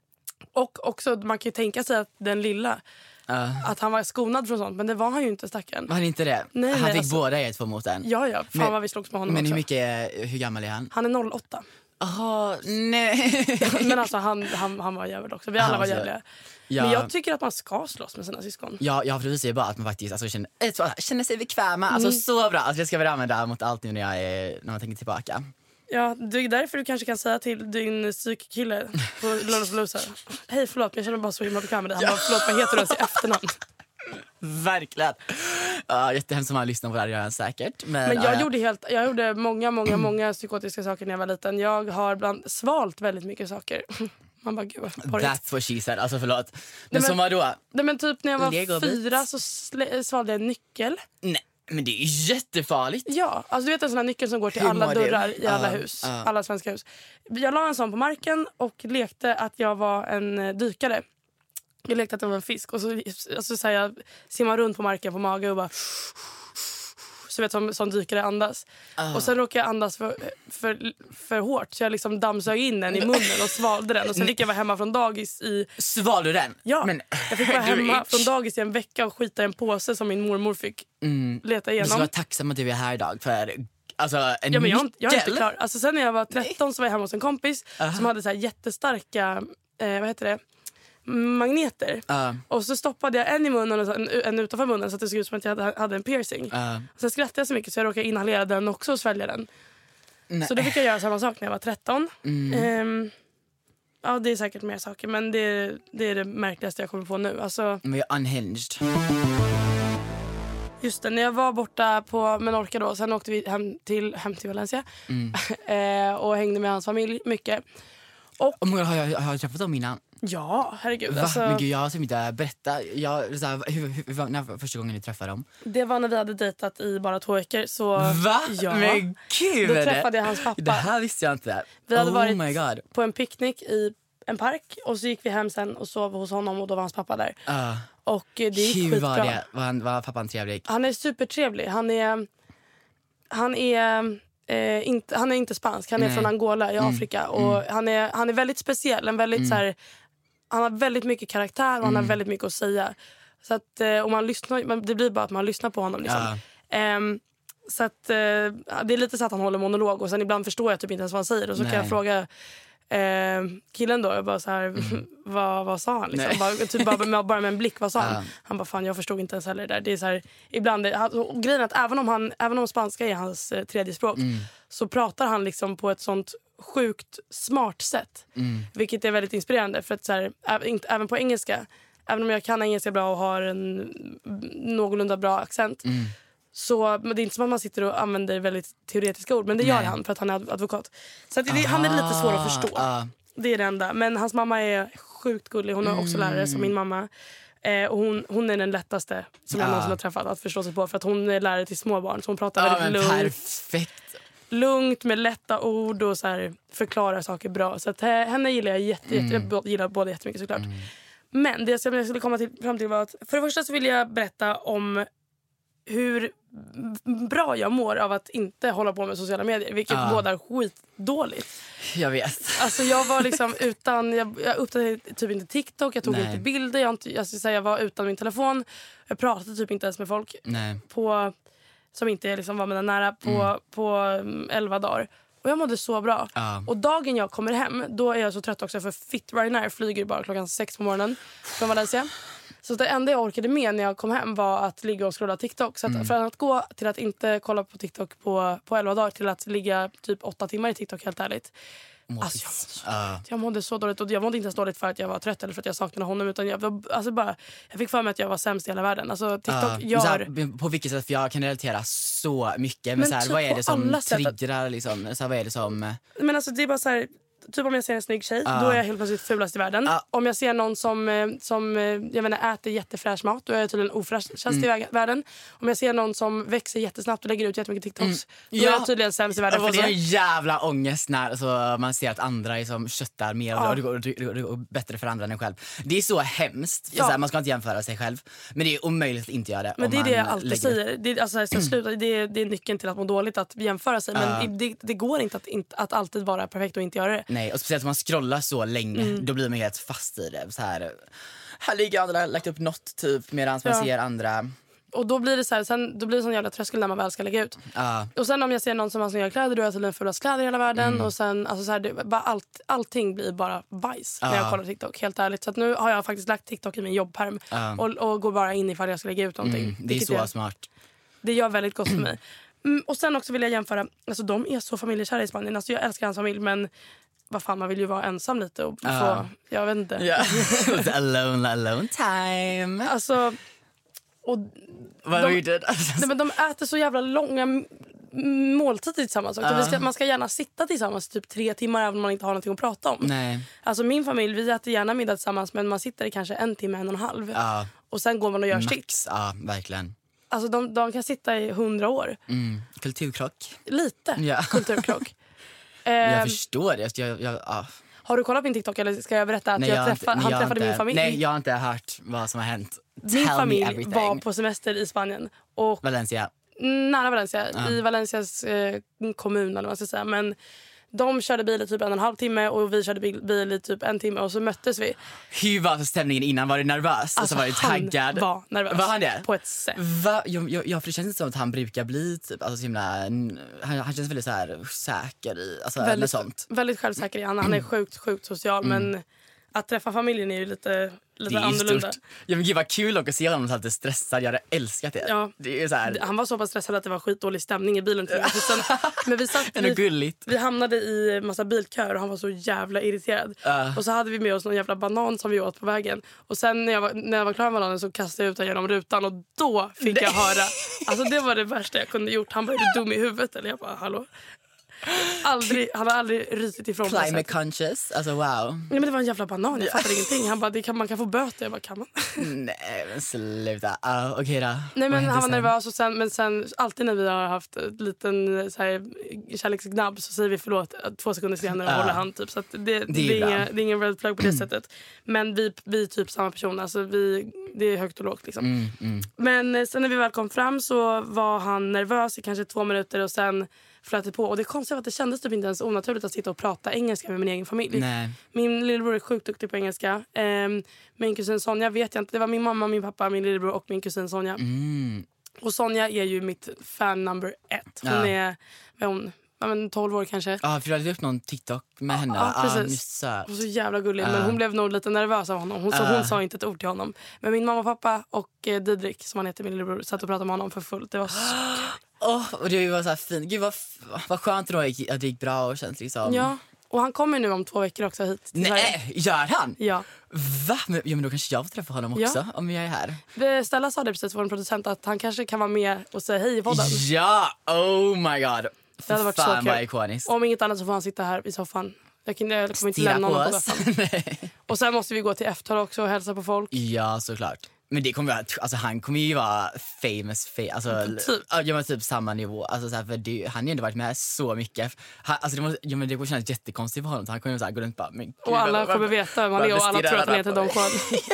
Och också, man kan ju tänka sig att den lilla... Uh. Att han var skonad från sånt, men det var han ju inte, stackaren.
Var han inte det?
Nej,
han
nej,
fick
alltså...
båda er två mot en.
Ja, ja. Fan men, vad vi slogs med honom
men
också.
Men hur mycket, hur gammal är han?
Han är noll åtta.
Jaha, nej.
Men alltså han, han, han var jävlig också. Vi alla
Han
var
var så-
jävliga.
Ja.
Men jag tycker att man ska slåss med sina syskon.
Ja, jag precis bara att man faktiskt alltså, känner, äh, så, känner sig bekväma. Alltså så bra. Alltså, jag ska väl använda mot allt nu när, jag är, när man tänker tillbaka.
Ja, det är därför du kanske kan säga till din psykkille på Lollapalooza. Hej, förlåt, men jag känner bara så himla bekväm med det. Han bara, förlåt, vad heter du ens i efternamn?
Verkligen. Uh, jättehemskt som man lyssnar på det här, gör jag säkert. Men,
Men jag,
uh,
gjorde helt, jag gjorde många, många, många psykotiska saker när jag var liten. Jag har bland svalt väldigt mycket saker. Man bara, gud vad porrigt.
That's what she said. Alltså förlåt. Men,
men-
som var då?
Nej, men typ när jag var
Legobit.
fyra så sl- svalde jag en nyckel.
Nej, men det är jättefarligt.
Ja, alltså du vet en sån här nyckel som går till
Hur
alla
var det?
dörrar i alla
Ja,
hus.
ja.
Alla svenska hus. Jag la en sån på marken och lekte att jag var en eh, dykare. Jag lekte att jag var en fisk och så, alltså, så här, jag simmar runt på marken på mage och bara så vet som, som dykare andas.
Ah.
Och sen råkade jag andas för, för, för hårt så jag liksom dammsög in den i munnen och svalde den. Och sen fick jag vara hemma från dagis i...
Svalde du den?
Ja,
Men,
jag fick vara
du är
hemma
itch.
från dagis i en vecka och skita i en påse som min mormor fick
Mm.
leta
Du ska
igenom.
vara tacksam att du är här idag för alltså, en
Ja, men jag, jag är inte
nyckel.
klar. Alltså, sen när jag var tretton så var jag hemma hos en kompis som hade så här jättestarka eh, vad heter det? magneter.
Uh,
Och så stoppade jag en i munnen och så en, en utanför munnen så att det såg ut som att jag hade, hade en piercing.
uh,
Sen skrattade jag så mycket så jag råkade inhalera den också och svälja den.
nej.
Så då fick jag göra samma sak när jag var tretton.
Mm.
Ehm, ja, det är säkert mer saker, men det är, det är det märkligaste jag kommer på nu. Alltså,
Men jag är unhinged.
just det, när jag var borta på Menorca då, sen åkte vi hem till, hem till Valencia
Mm.
eh, och hängde med hans familj mycket.
Oh my God, har, jag, har jag träffat dem innan?
Ja, herregud.
Va?
Alltså,
Men gud, jag har typ inte berättat. Jag, så här, hur, hur, hur, när var första gången ni träffade dem?
det var när vi hade dejtat i bara två veckor. Så,
Va?
Ja.
Men gud!
Då träffade jag hans pappa.
Det här visste jag inte.
Vi hade
oh
varit
my God.
på en picknick i en park och så gick vi hem sen och sov hos honom och då var hans pappa där.
Uh,
Och eh, det gick
hur
skitbra.
var det? Var, han, var pappan trevlig?
Han är supertrevlig. Han är han är eh, inte han är inte spansk. Han är
Nej.
från Angola i
Mm.
Afrika och han är han är väldigt speciell, en väldigt
Mm.
så här, han har väldigt mycket karaktär och han har väldigt mycket att säga. Så att eh, om man lyssnar man, det blir bara att man lyssnar på honom liksom.
Ja.
Ehm, så att eh, det är lite så att han håller monolog och sen ibland förstår jag typ inte ens vad han säger och så
Nej.
kan jag fråga eh, killen då, jag bara så här,
Mm.
vad, vad sa han liksom?
Nej.
Bara, typ bara, med, bara med en blick, vad sa han?
Ja.
Han bara, fan jag förstod inte ens heller det där. Det är så här, ibland, det, han- och grejen är att även om, han, även om spanska är hans eh, tredje språk
Mm.
så pratar han liksom på ett sånt sjukt smart sätt.
Mm.
Vilket är väldigt inspirerande för att så här, ä- inte, även på engelska, även om jag kan engelska bra och har en någorlunda bra accent
Mm.
så men det är inte som att man sitter och använder väldigt teoretiska ord, men det gör
Nej.
han för att han är ad- advokat. Så att det, han är lite svår att förstå.
Ah,
Det är det enda. Men hans mamma är sjukt gullig. Hon är också
Mm.
lärare som min mamma. Eh, och hon, hon är den lättaste som jag
Ah.
någonsin har träffat att förstå sig på. För att hon är lärare till små barn. Så hon pratar
ah,
väldigt
men
lugnt,
perfekt.
lugnt med lätta ord och så här, förklarar saker bra. Så att, eh, henne gillar jag jätte, jätte,
Mm.
jag gillar båda jättemycket såklart. Men det som jag skulle komma till, fram till var att för det första så vill jag berätta om hur bra jag mår av att inte hålla på med sociala medier. Vilket
Ah.
bådar skitdåligt.
Jag vet.
Alltså jag var liksom utan, jag, jag uppdaterade typ inte TikTok, jag tog
Nej.
inte bilder, jag, inte, jag, ska säga, jag var utan min telefon. Jag pratade typ inte ens med folk
Nej.
på, som inte liksom var mina nära på,
Mm.
på um, elva dagar. Och jag mådde så bra.
Ah.
Och dagen jag kommer hem, då är jag så trött också för Fit Ryanair flyger bara klockan sex på morgonen från Valencia. Så det enda jag orkade med när jag kom hem var att ligga och scrolla TikTok. Så att
Mm.
för att gå till att inte kolla på TikTok på, på elva dagar till att ligga typ åtta timmar i TikTok, helt ärligt.
Mådde-
Alltså, jag, mådde så,
Ah.
jag mådde så dåligt. Och jag mådde inte ens dåligt för att jag var trött eller för att jag saknade honom. Utan jag, var- alltså bara, jag fick för mig att jag var sämst i hela världen. Alltså TikTok
Ah. Men
gör...
så här, på vilket sätt? För jag kan relatera så mycket. Men,
Men
så här,
typ
vad är
på
det som
alla sätt att-
triggar liksom? Så här, vad är det som...
Men alltså det är bara så här, typ om jag ser en snygg tjej,
Ah.
då är jag helt plötsligt fulast i världen.
Ah.
Om jag ser någon som, eh, som eh, jag menar, äter jättefräsch mat, då är jag tydligen ofräschast
Mm.
i vä- världen. Om jag ser någon som växer jättesnabbt och lägger ut jättemycket TikToks,
Mm.
då är
Ja.
jag tydligen sämst i världen
Jag
för
får sån
det.
jävla ångest när alltså, man ser att andra liksom köttar mer och
Ja.
det, går, det, går, det går bättre för andra än en själv. Det är så hemskt. För
Ja.
så här, man ska inte jämföra sig själv. Men det är omöjligt att inte göra det.
Men
om
det är det
man
jag alltid
lägger-
säger. Det är, alltså, så sluta, det, är, det är nyckeln till att må dåligt, att jämföra sig. Men
Ah.
det, det går inte att, inte att alltid vara perfekt och inte göra det.
Nej, och speciellt om man scrollar så länge,
Mm.
då blir man helt fast i det. Så här, här ligger andra lagt upp något typ medan man
Ja.
ser andra.
Och då blir det så här, sen, då blir det sån jävla tröskel när man väl ska lägga ut.
Uh.
Och sen om jag ser någon som har snygga kläder, då är jag tydligen fulast kläder i hela världen. Mm. Och sen, alltså så här, det, bara allt, allting blir bara bajs uh. när jag kollar TikTok, helt ärligt. Så att nu har jag faktiskt lagt TikTok i min jobbperm uh. och, och går bara in ifall jag ska lägga ut någonting.
Mm, det är så
jag,
smart.
Det gör väldigt gott för mig. Mm, och sen också vill jag jämföra, alltså de är så familjekära i Spanien. Alltså jag älskar hans familj, men vad fan, man vill ju vara ensam lite och få, uh. jag vet inte.
Yeah. alone, alone time.
Alltså, och
vad
de,
de,
nej, men de äter så jävla långa måltider tillsammans. Uh. Vi ska, man ska gärna sitta tillsammans typ tre timmar även om man inte har någonting att prata om.
Nej.
Alltså min familj, vi äter gärna middag tillsammans, men man sitter i kanske en timme, en och en halv. Uh. Och sen går man och gör
Max,
sitt.
Ja, verkligen.
Alltså de, de kan sitta i hundra år.
Mm. Kulturkrock.
Lite
ja.
kulturkrock.
Jag förstår det. Jag, jag, ja.
Har du kollat min TikTok eller ska jag berätta att
nej,
jag
jag
träffa,
inte,
han
jag
träffade
inte,
min familj?
Nej, jag har inte hört vad som har hänt.
Min
Tell
familj var på semester i Spanien. Och
Valencia.
Nära Valencia, uh. i Valencias eh, kommun eller vad man ska säga. Men de körde bil i typ en och en halv timme och vi körde bil, bil i typ en timme och så möttes vi.
Hur var stämningen innan? Var du nervös? Alltså, alltså var du taggad?
Han var nervös.
Var han det?
På ett sätt.
Va? Jag, jag, jag, för det känns inte som att han brukar bli typ, alltså, så himla, han, han känns väldigt så här, säker i, alltså,
väldigt,
sånt.
Väldigt självsäker i han. Han är sjukt, sjukt social mm. men att träffa familjen är ju lite, lite det är annorlunda. Stort.
Ja, men gud vad kul att se honom så lite stressad. Jag hade älskat det.
Ja.
Det är så här.
Han var så pass stressad att det var skitdålig stämning i bilen. Till sen, men vi, satt, vi,
gulligt.
vi hamnade i massa bilköer och han var så jävla irriterad. Uh. Och så hade vi med oss någon jävla banan som vi åt på vägen. Och sen när jag var, när jag var klar med bananen så kastade jag ut den genom rutan och då fick Nej. jag höra. Alltså det var det värsta jag kunde gjort. Han var ju dum i huvudet. Eller jag bara, hallå? Aldrig, han har aldrig rytit ifrån.
Climate conscious, alltså wow.
Nej, men det var en jävla banan, jag fattar ingenting. Han bara, det kan, man kan få böter. Jag bara, kan man?
Nej men sluta, uh, okej okay då.
Nej men han var nervös och sen, men sen alltid när vi har haft en liten så här, kärleksgnabb så säger vi förlåt två sekunder senare och uh, håller hand typ. Så att det, det, det, är inga, det är ingen red flag på det mm. sättet. Men vi, vi är typ samma person, alltså vi, det är högt och lågt liksom. Mm, mm. Men sen när vi väl kom fram så var han nervös i kanske två minuter och sen flöt på. Och det konstiga var att det kändes typ inte ens onaturligt att sitta och prata engelska med min egen familj.
Nej.
Min lillebror är sjukt duktig på engelska. Um, min kusin Sonja vet jag inte. Det var min mamma, min pappa, min lillebror och min kusin Sonja.
Mm.
Och Sonja är ju mitt fan number ett. Hon ja. är hon, men tolv år kanske.
Ja, för du hade upp någon TikTok med
ja,
henne.
Ja, precis. Ah, hon var så jävla gullig. Uh. Men hon blev nog lite nervös av honom. Hon, så uh. hon sa inte ett ord till honom. Men min mamma och pappa och eh, Didrik, som han heter, min lillebror, satt och pratade med honom för fullt. Det var så kul.
Oh, och det var så här fint. Gud vad, vad skönt då att det gick bra och känns liksom.
Ja, och han kommer nu om två veckor också hit.
Nej, gör han?
Ja.
Va? Men, ja, men då kanske jag får träffa honom också, ja. Om jag är här.
Stella sa det precis för en producent att han kanske kan vara med och säga hej i podden.
Ja, oh my god.
Det hade varit
fan
så
vad ikoniskt.
Om inget annat så får han sitta här i soffan. Jag, kan, jag kommer inte lämna honom på gatan. Och sen måste vi gå till F-tal också och hälsa på folk.
Ja, såklart. Men det kommer vara, alltså han kommer ju vara famous, fa- alltså
typ.
Ja, men typ samma nivå, alltså så här, för det, han har ju ändå varit med så mycket. Han, alltså det måste, ja, men det kommer kännas jättekonstigt för honom, han kommer ju så här gå runt bara, men gud,
och alla kommer vad, veta vem man är och alla tror att han heter Don Juan.
Ja.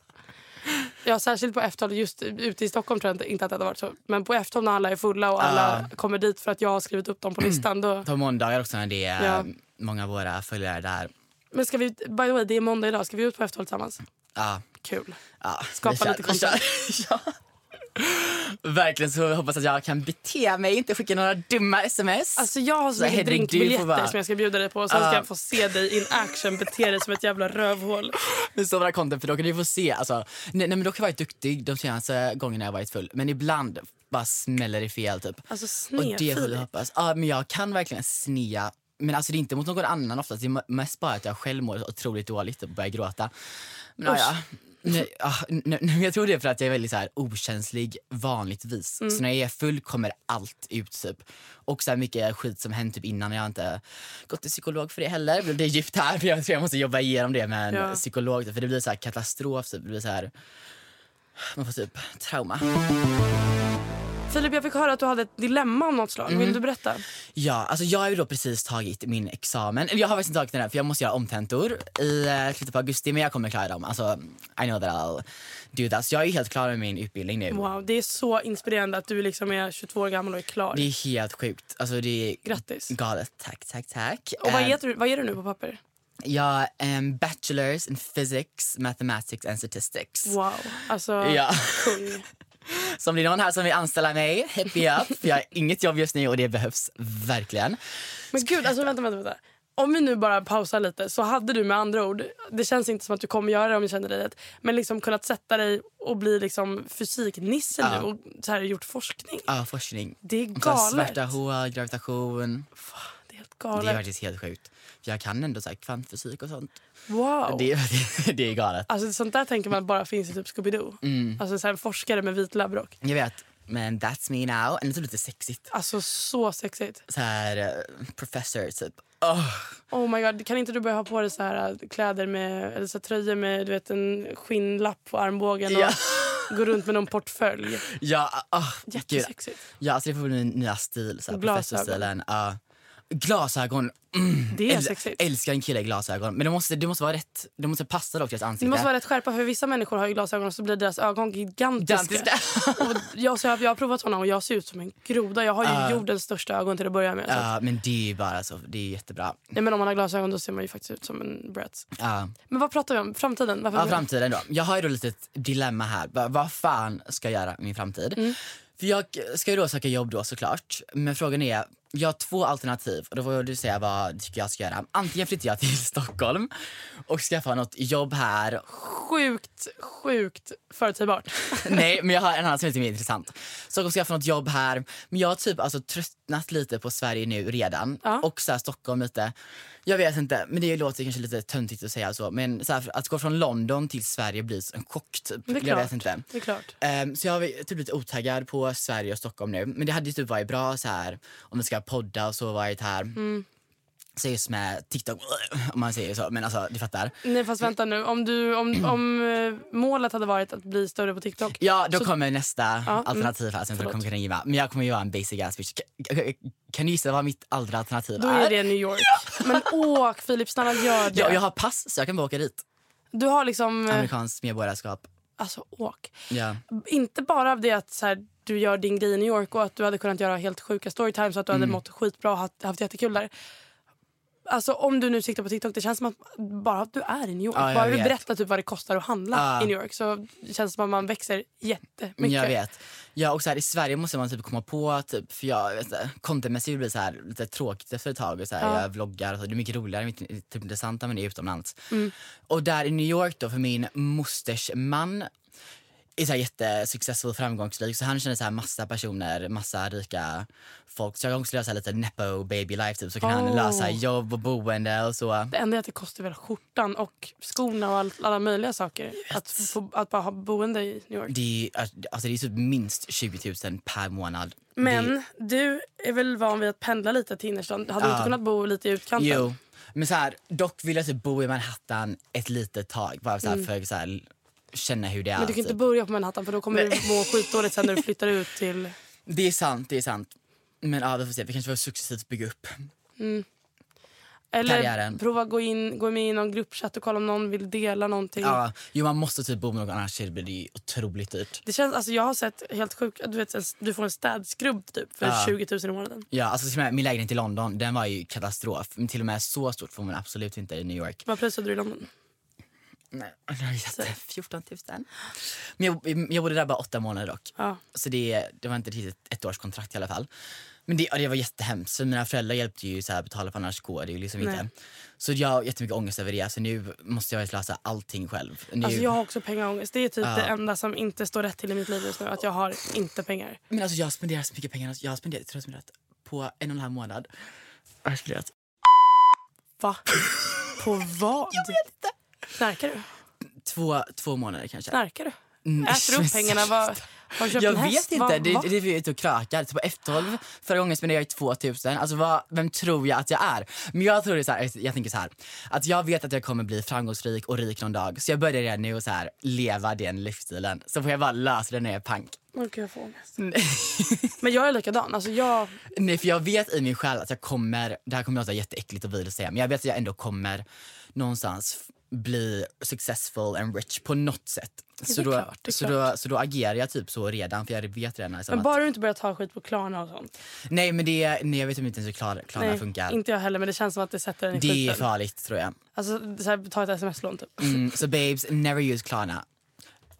Ja, särskilt på F-tal, just ute i Stockholm tror jag inte att det hade varit så. Men på F-tal när alla är fulla och alla uh. kommer dit för att jag har skrivit upp dem på listan då...
På måndagar också när det är ja. många av våra följare där.
Men ska vi, by the way, det är måndag idag, ska vi ut på F-tal tillsammans?
Ja.
Kul.
Ja,
skapa lite koncept.
Ja. Verkligen, så jag hoppas att jag kan bete mig, inte skicka några dumma sms.
Alltså jag har så, så mycket drinkbiljetter bara... som jag ska bjuda dig på. Och sen uh. ska jag få se dig in action, bete dig som ett jävla rövhål.
Men så bra content, för då kan du få se alltså, nej, nej men då kan jag varit duktig de senaste gångerna jag varit full. Men ibland bara smäller det fel typ.
Alltså sned.
Och det får jag hoppas. Ja, men jag kan verkligen snea. Men alltså det är inte mot någon annan oftast. Det är mest bara att jag själv mår otroligt dåligt och börjar gråta. Men ja, ja. Nej, ah, nej, nej, jag tror det är för att jag är väldigt så här okänslig vanligtvis. Mm. Så när jag är full kommer allt ut typ. Och så här mycket skit som hänt typ innan. Jag har inte gått till psykolog för det heller. Det är gift här, för jag tror jag måste jobba igenom det med en ja. psykolog. För det blir så här katastrof typ. Det blir så här, man får typ trauma.
Filip, jag fick höra att du hade ett dilemma om något slag. Vill mm. du berätta?
Ja, alltså jag har ju då precis tagit min examen. Eller jag har faktiskt inte tagit den här, för jag måste göra omtentor i eh, slutet på augusti. Men jag kommer klara dem. Alltså, I know that I'll do that. Så jag är helt klar med min utbildning nu.
Wow, det är så inspirerande att du liksom är tjugotvå år gammal och är klar.
Det är helt sjukt. Alltså, det är
grattis.
Galet. Tack, tack, tack.
Och vad, um, du, vad ger du nu på papper?
Ja, um, bachelors in physics, mathematics and statistics.
Wow, alltså
ja.
kung.
Så om det är någon här som vill anställa mig, hit me up. För jag har inget jobb just nu och det behövs verkligen.
Men gud, alltså vänta, vänta, vänta. Om vi nu bara pausar lite så hade du med andra ord, det känns inte som att du kommer göra det om jag känner dig rätt, men liksom kunnat sätta dig och bli liksom fysiknisse
ja.
nu och så här gjort forskning.
Ja, forskning.
Det är galet.
Svarta hål, gravitation.
Fan, det är helt galet.
Det är faktiskt helt sjukt. För jag kan ändå så här kvantfysik och sånt.
Wow.
Det, det, det är galet.
Alltså sånt där tänker man bara finns i typ Scooby-Doo.
Mm.
Alltså så här forskare med vit labbrock.
Jag vet. Men that's me now. Och lite, lite sexigt.
Alltså så sexigt.
Så här uh, professor typ. Oh.
oh my god, kan inte du börja ha på dig så här kläder med, eller så här, tröjor med du vet en skinnlapp på armbågen och
ja.
gå runt med någon portfölj.
Ja, oh,
jättesexigt.
Ja, alltså det får bli min nya stil, så här, professorstilen. Uh, glasögon. Mm.
Det är
Äl-
sexigt.
Älskar en kille i glasögon. Men det måste, det måste vara rätt. Det måste passa dock deras ansikte.
Det måste vara rätt skärpa för vissa människor har ju glasögon och så blir deras ögon gigantiska. och jag, så jag, jag har provat sådana och jag ser ut som en groda. Jag har ju uh, jordens största ögon till att börja med.
Ja, uh, men det är ju bara så. Det är jättebra.
Ja, men om man har glasögon då ser man ju faktiskt ut som en brat.
Uh.
Men vad pratar vi om? Framtiden? Varför
ja, framtiden då. Jag har ju då lite ett dilemma här. Va, vad fan ska jag göra i min framtid? Mm. För jag ska ju då söka jobb då såklart. Men frågan är, jag har två alternativ. Och då får du säga vad tycker jag ska göra. Antingen flyttar jag till Stockholm och skaffar något jobb här.
Sjukt, sjukt förutsägbart.
Nej, men jag har en annan som är lite mer intressant. Så jag ska skaffa något jobb här. Men jag har typ alltså tröttnat lite på Sverige nu redan. Ja. Och så här, Stockholm lite. Jag vet inte, men det låter kanske lite töntigt att säga så. Men så här, att gå från London till Sverige blir en chock typ.
Det är klart.
Jag vet inte.
Det är klart.
Um, så jag har typ blivit otaggad på Sverige och Stockholm nu. Men det hade ju typ varit bra så här om vi ska podda och så varit här. Mm. Så just med TikTok, om man säger så. Men alltså, du fattar.
Nej, fast vänta nu. Om, du, om, om målet hade varit att bli större på TikTok.
Ja, då
så...
kommer nästa
ja,
alternativ här som jag kommer kunna ge. Men jag kommer ju vara en basic ass bitch. Kan du gissa vad mitt andra alternativ
är? Då är det New York. Ja. Men åk, Filip, snälla gör det.
Ja, jag har pass så jag kan bara åka dit.
Du har liksom...
Amerikanskt medborgarskap.
Alltså, åk.
Ja.
Inte bara av det att så här, du gör din grej i New York och att du hade kunnat göra helt sjuka storytimes så att du mm. hade mått skitbra och haft, haft jättekul där. Alltså om du nu siktar på TikTok, det känns som att bara att du är i New York. Ja, bara du berättar typ vad det kostar att handla ja. i New York så känns det som att man växer jättemycket.
Jag vet. Ja, och så här, i Sverige måste man typ komma på typ, för jag vet inte, contentmässigt blir så här lite tråkigt efter ett tag och så här, ja. jag vloggar och så, det är mycket roligare, mycket typ intressant men det är utomlands. Mm. Och där i New York då för min mosters man är så här jättesuccessful, framgångsrik. Så han känner så här massa personer, massa rika folk. Så jag skulle göra så här lite nepo baby life typ. Så kan oh. han lösa jobb och boende och så.
Det enda är att det kostar väl skjortan och skorna och all, alla möjliga saker. Att, få, att bara ha boende i New York.
Det är, alltså det är typ minst tjugo tusen per månad.
Men
det...
du är väl van vid att pendla lite till innerstan. Hade uh. du inte kunnat bo lite i utkanten?
Jo, men så här, dock vill jag typ bo i Manhattan ett litet tag. Bara så här, mm. för så här... känna hur det är.
Men du kan typ. inte börja på Manhattan för då kommer du må skitdåligt sen när du flyttar ut till...
Det är sant, det är sant. Men ja, vi får se. Vi kanske får successivt bygga upp
mm. Eller
karriären.
Prova gå in, gå med i någon gruppchatt och kolla om någon vill dela någonting.
Ja, jo, man måste typ bo med någon annars blir det otroligt dyrt.
Det känns, alltså jag har sett helt sjukt, du vet, du får en städskrubb typ för ja. tjugo tusen i månaden.
Ja, alltså min lägenhet i London, den var ju katastrof. Men till och med så stort får man absolut inte i New York.
Vad pröjsade du i London?
Nej, fjorton tusen. Men jag, jag bodde där bara åtta månader dock. Ja. Så det, det var inte riktigt ett års kontrakt i alla fall. Men det, det var jättehemskt. Så mina föräldrar hjälpte ju så här betala på annars går det ju liksom inte. Så jag har jättemycket ångest över det. Så nu måste jag lösa allting själv. Nu...
Alltså jag har också pengaångest. Det är typ ja. det enda som inte står rätt till i mitt liv just nu. Att jag har inte pengar.
Men alltså jag spenderar så mycket pengar. Jag har spenderat, tror jag spenderat på en och en halv månad. Jag har spenderat.
Va? På vad?
Jag vet inte.
Knarkar du?
Två, två månader kanske.
Knarkar du? Mm, Äter du upp pengarna? Var, har du köpt
jag
en
vet
häst?
inte.
Va,
det,
va?
det, det är ute och krökar. På F tolv förra gången spenderade jag två tusen. Alltså vad, vem tror jag att jag är? Men jag tror det är så här, jag tänker så här. Att jag vet att jag kommer bli framgångsrik och rik någon dag. Så jag börjar redan nu och så här, leva den livsstilen. Så får jag bara lösa det när jag är pank.
Okej, jag får ångest. Men jag är likadan. Alltså jag...
Nej, för jag vet i min själ att jag kommer... Det här kommer låta jätteäckligt och vidare att säga. Men jag vet att jag ändå kommer någonstans bli successful and rich på något sätt. Så då,
klart,
så, då, så då agerar jag typ så redan, för jag vet redan. Liksom
men bara
att,
du inte börjar ta skit på Klarna och sånt.
Nej, men det, nej, jag vet inte ens hur Klarna, Klarna
nej, funkar. Inte jag heller, men det känns som att det sätter den i skiten.
Det är farligt, tror jag.
Alltså, så här, ta ett sms-lån typ.
Mm, så babes, never use Klarna.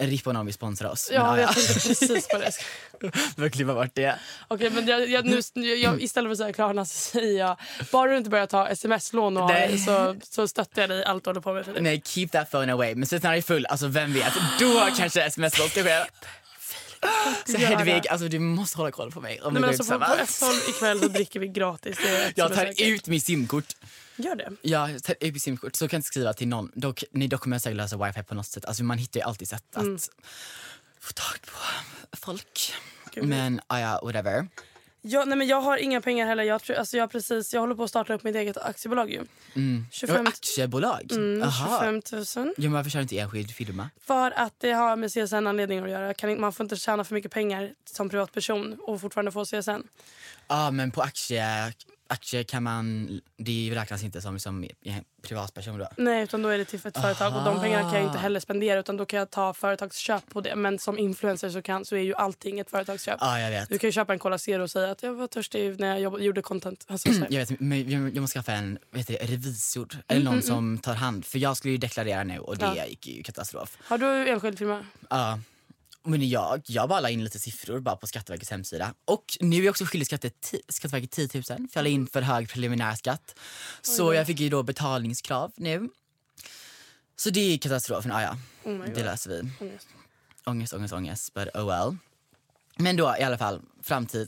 Rippon om vi sponsrar oss.
Ja,
men,
jag
ja.
tänkte precis på det.
Vi klippa bort det.
Okej, men jag, jag, nu, jag, istället för att säga Klarna så säger jag, bara du inte börjar ta sms-lån och
Nej.
så, så stöttar jag dig i allt du håller på med. För det.
Nej, keep that phone away. Men så när det är full, alltså vem vet, då kanske sms-lån ska ske. Så Hedvig, alltså du måste hålla koll på mig. Om
Nej, men
du
alltså, på, på ett håll ikväll så dricker vi gratis. Det är
jag tar ut min simkort.
Gör det.
Ja, jag tar ut min simkort. Så kan jag inte skriva till någon. Dock, ni dock kommer säkert lösa wifi på något sätt. Alltså man hittar ju alltid sätt att mm. få tag på folk. Gud. Men ah, ja, whatever.
Ja, nej, men jag har inga pengar heller. Jag, alltså, jag, precis, jag håller på att starta upp mitt eget aktiebolag ju.
Mm.
tjugofem
aktiebolag?
Mm, tjugofem tusen.
Ja, men varför kör du inte enskild firma?
För att det har med C S N-anledningar att göra. Kan, man får inte tjäna för mycket pengar som privatperson och fortfarande få C S N.
Ja, ah, men på aktie, aktier kan man... Det räknas inte som, som privatperson då?
Nej, utan då är det till ett företag.
Aha.
Och de pengarna kan jag inte heller spendera, utan då kan jag ta företagsköp på det. Men som influencer så, kan, så är ju allting ett företagsköp.
Ja, ah, jag vet.
Du kan ju köpa en Cola Zero och säga att jag var törstig när jag jobb, gjorde content. Alltså,
jag vet, men jag, jag måste skaffa en vet du, revisor. Mm, eller någon mm, som mm. tar hand. För jag skulle ju deklarera nu och det ja. gick ju katastrof.
Har du enskild firma?
Ja. Men jag, jag bara la in lite siffror bara på Skatteverkets hemsida. Och nu är jag också skyldig Skatteverket tio tusen. För jag la in för hög preliminär skatt. Så Oj, jag fick ju då betalningskrav nu. Så det är katastrofen. Ah, ja, oh det löser vi. Ångest. ångest, ångest, ångest. But oh well. Men då i alla fall, framtid.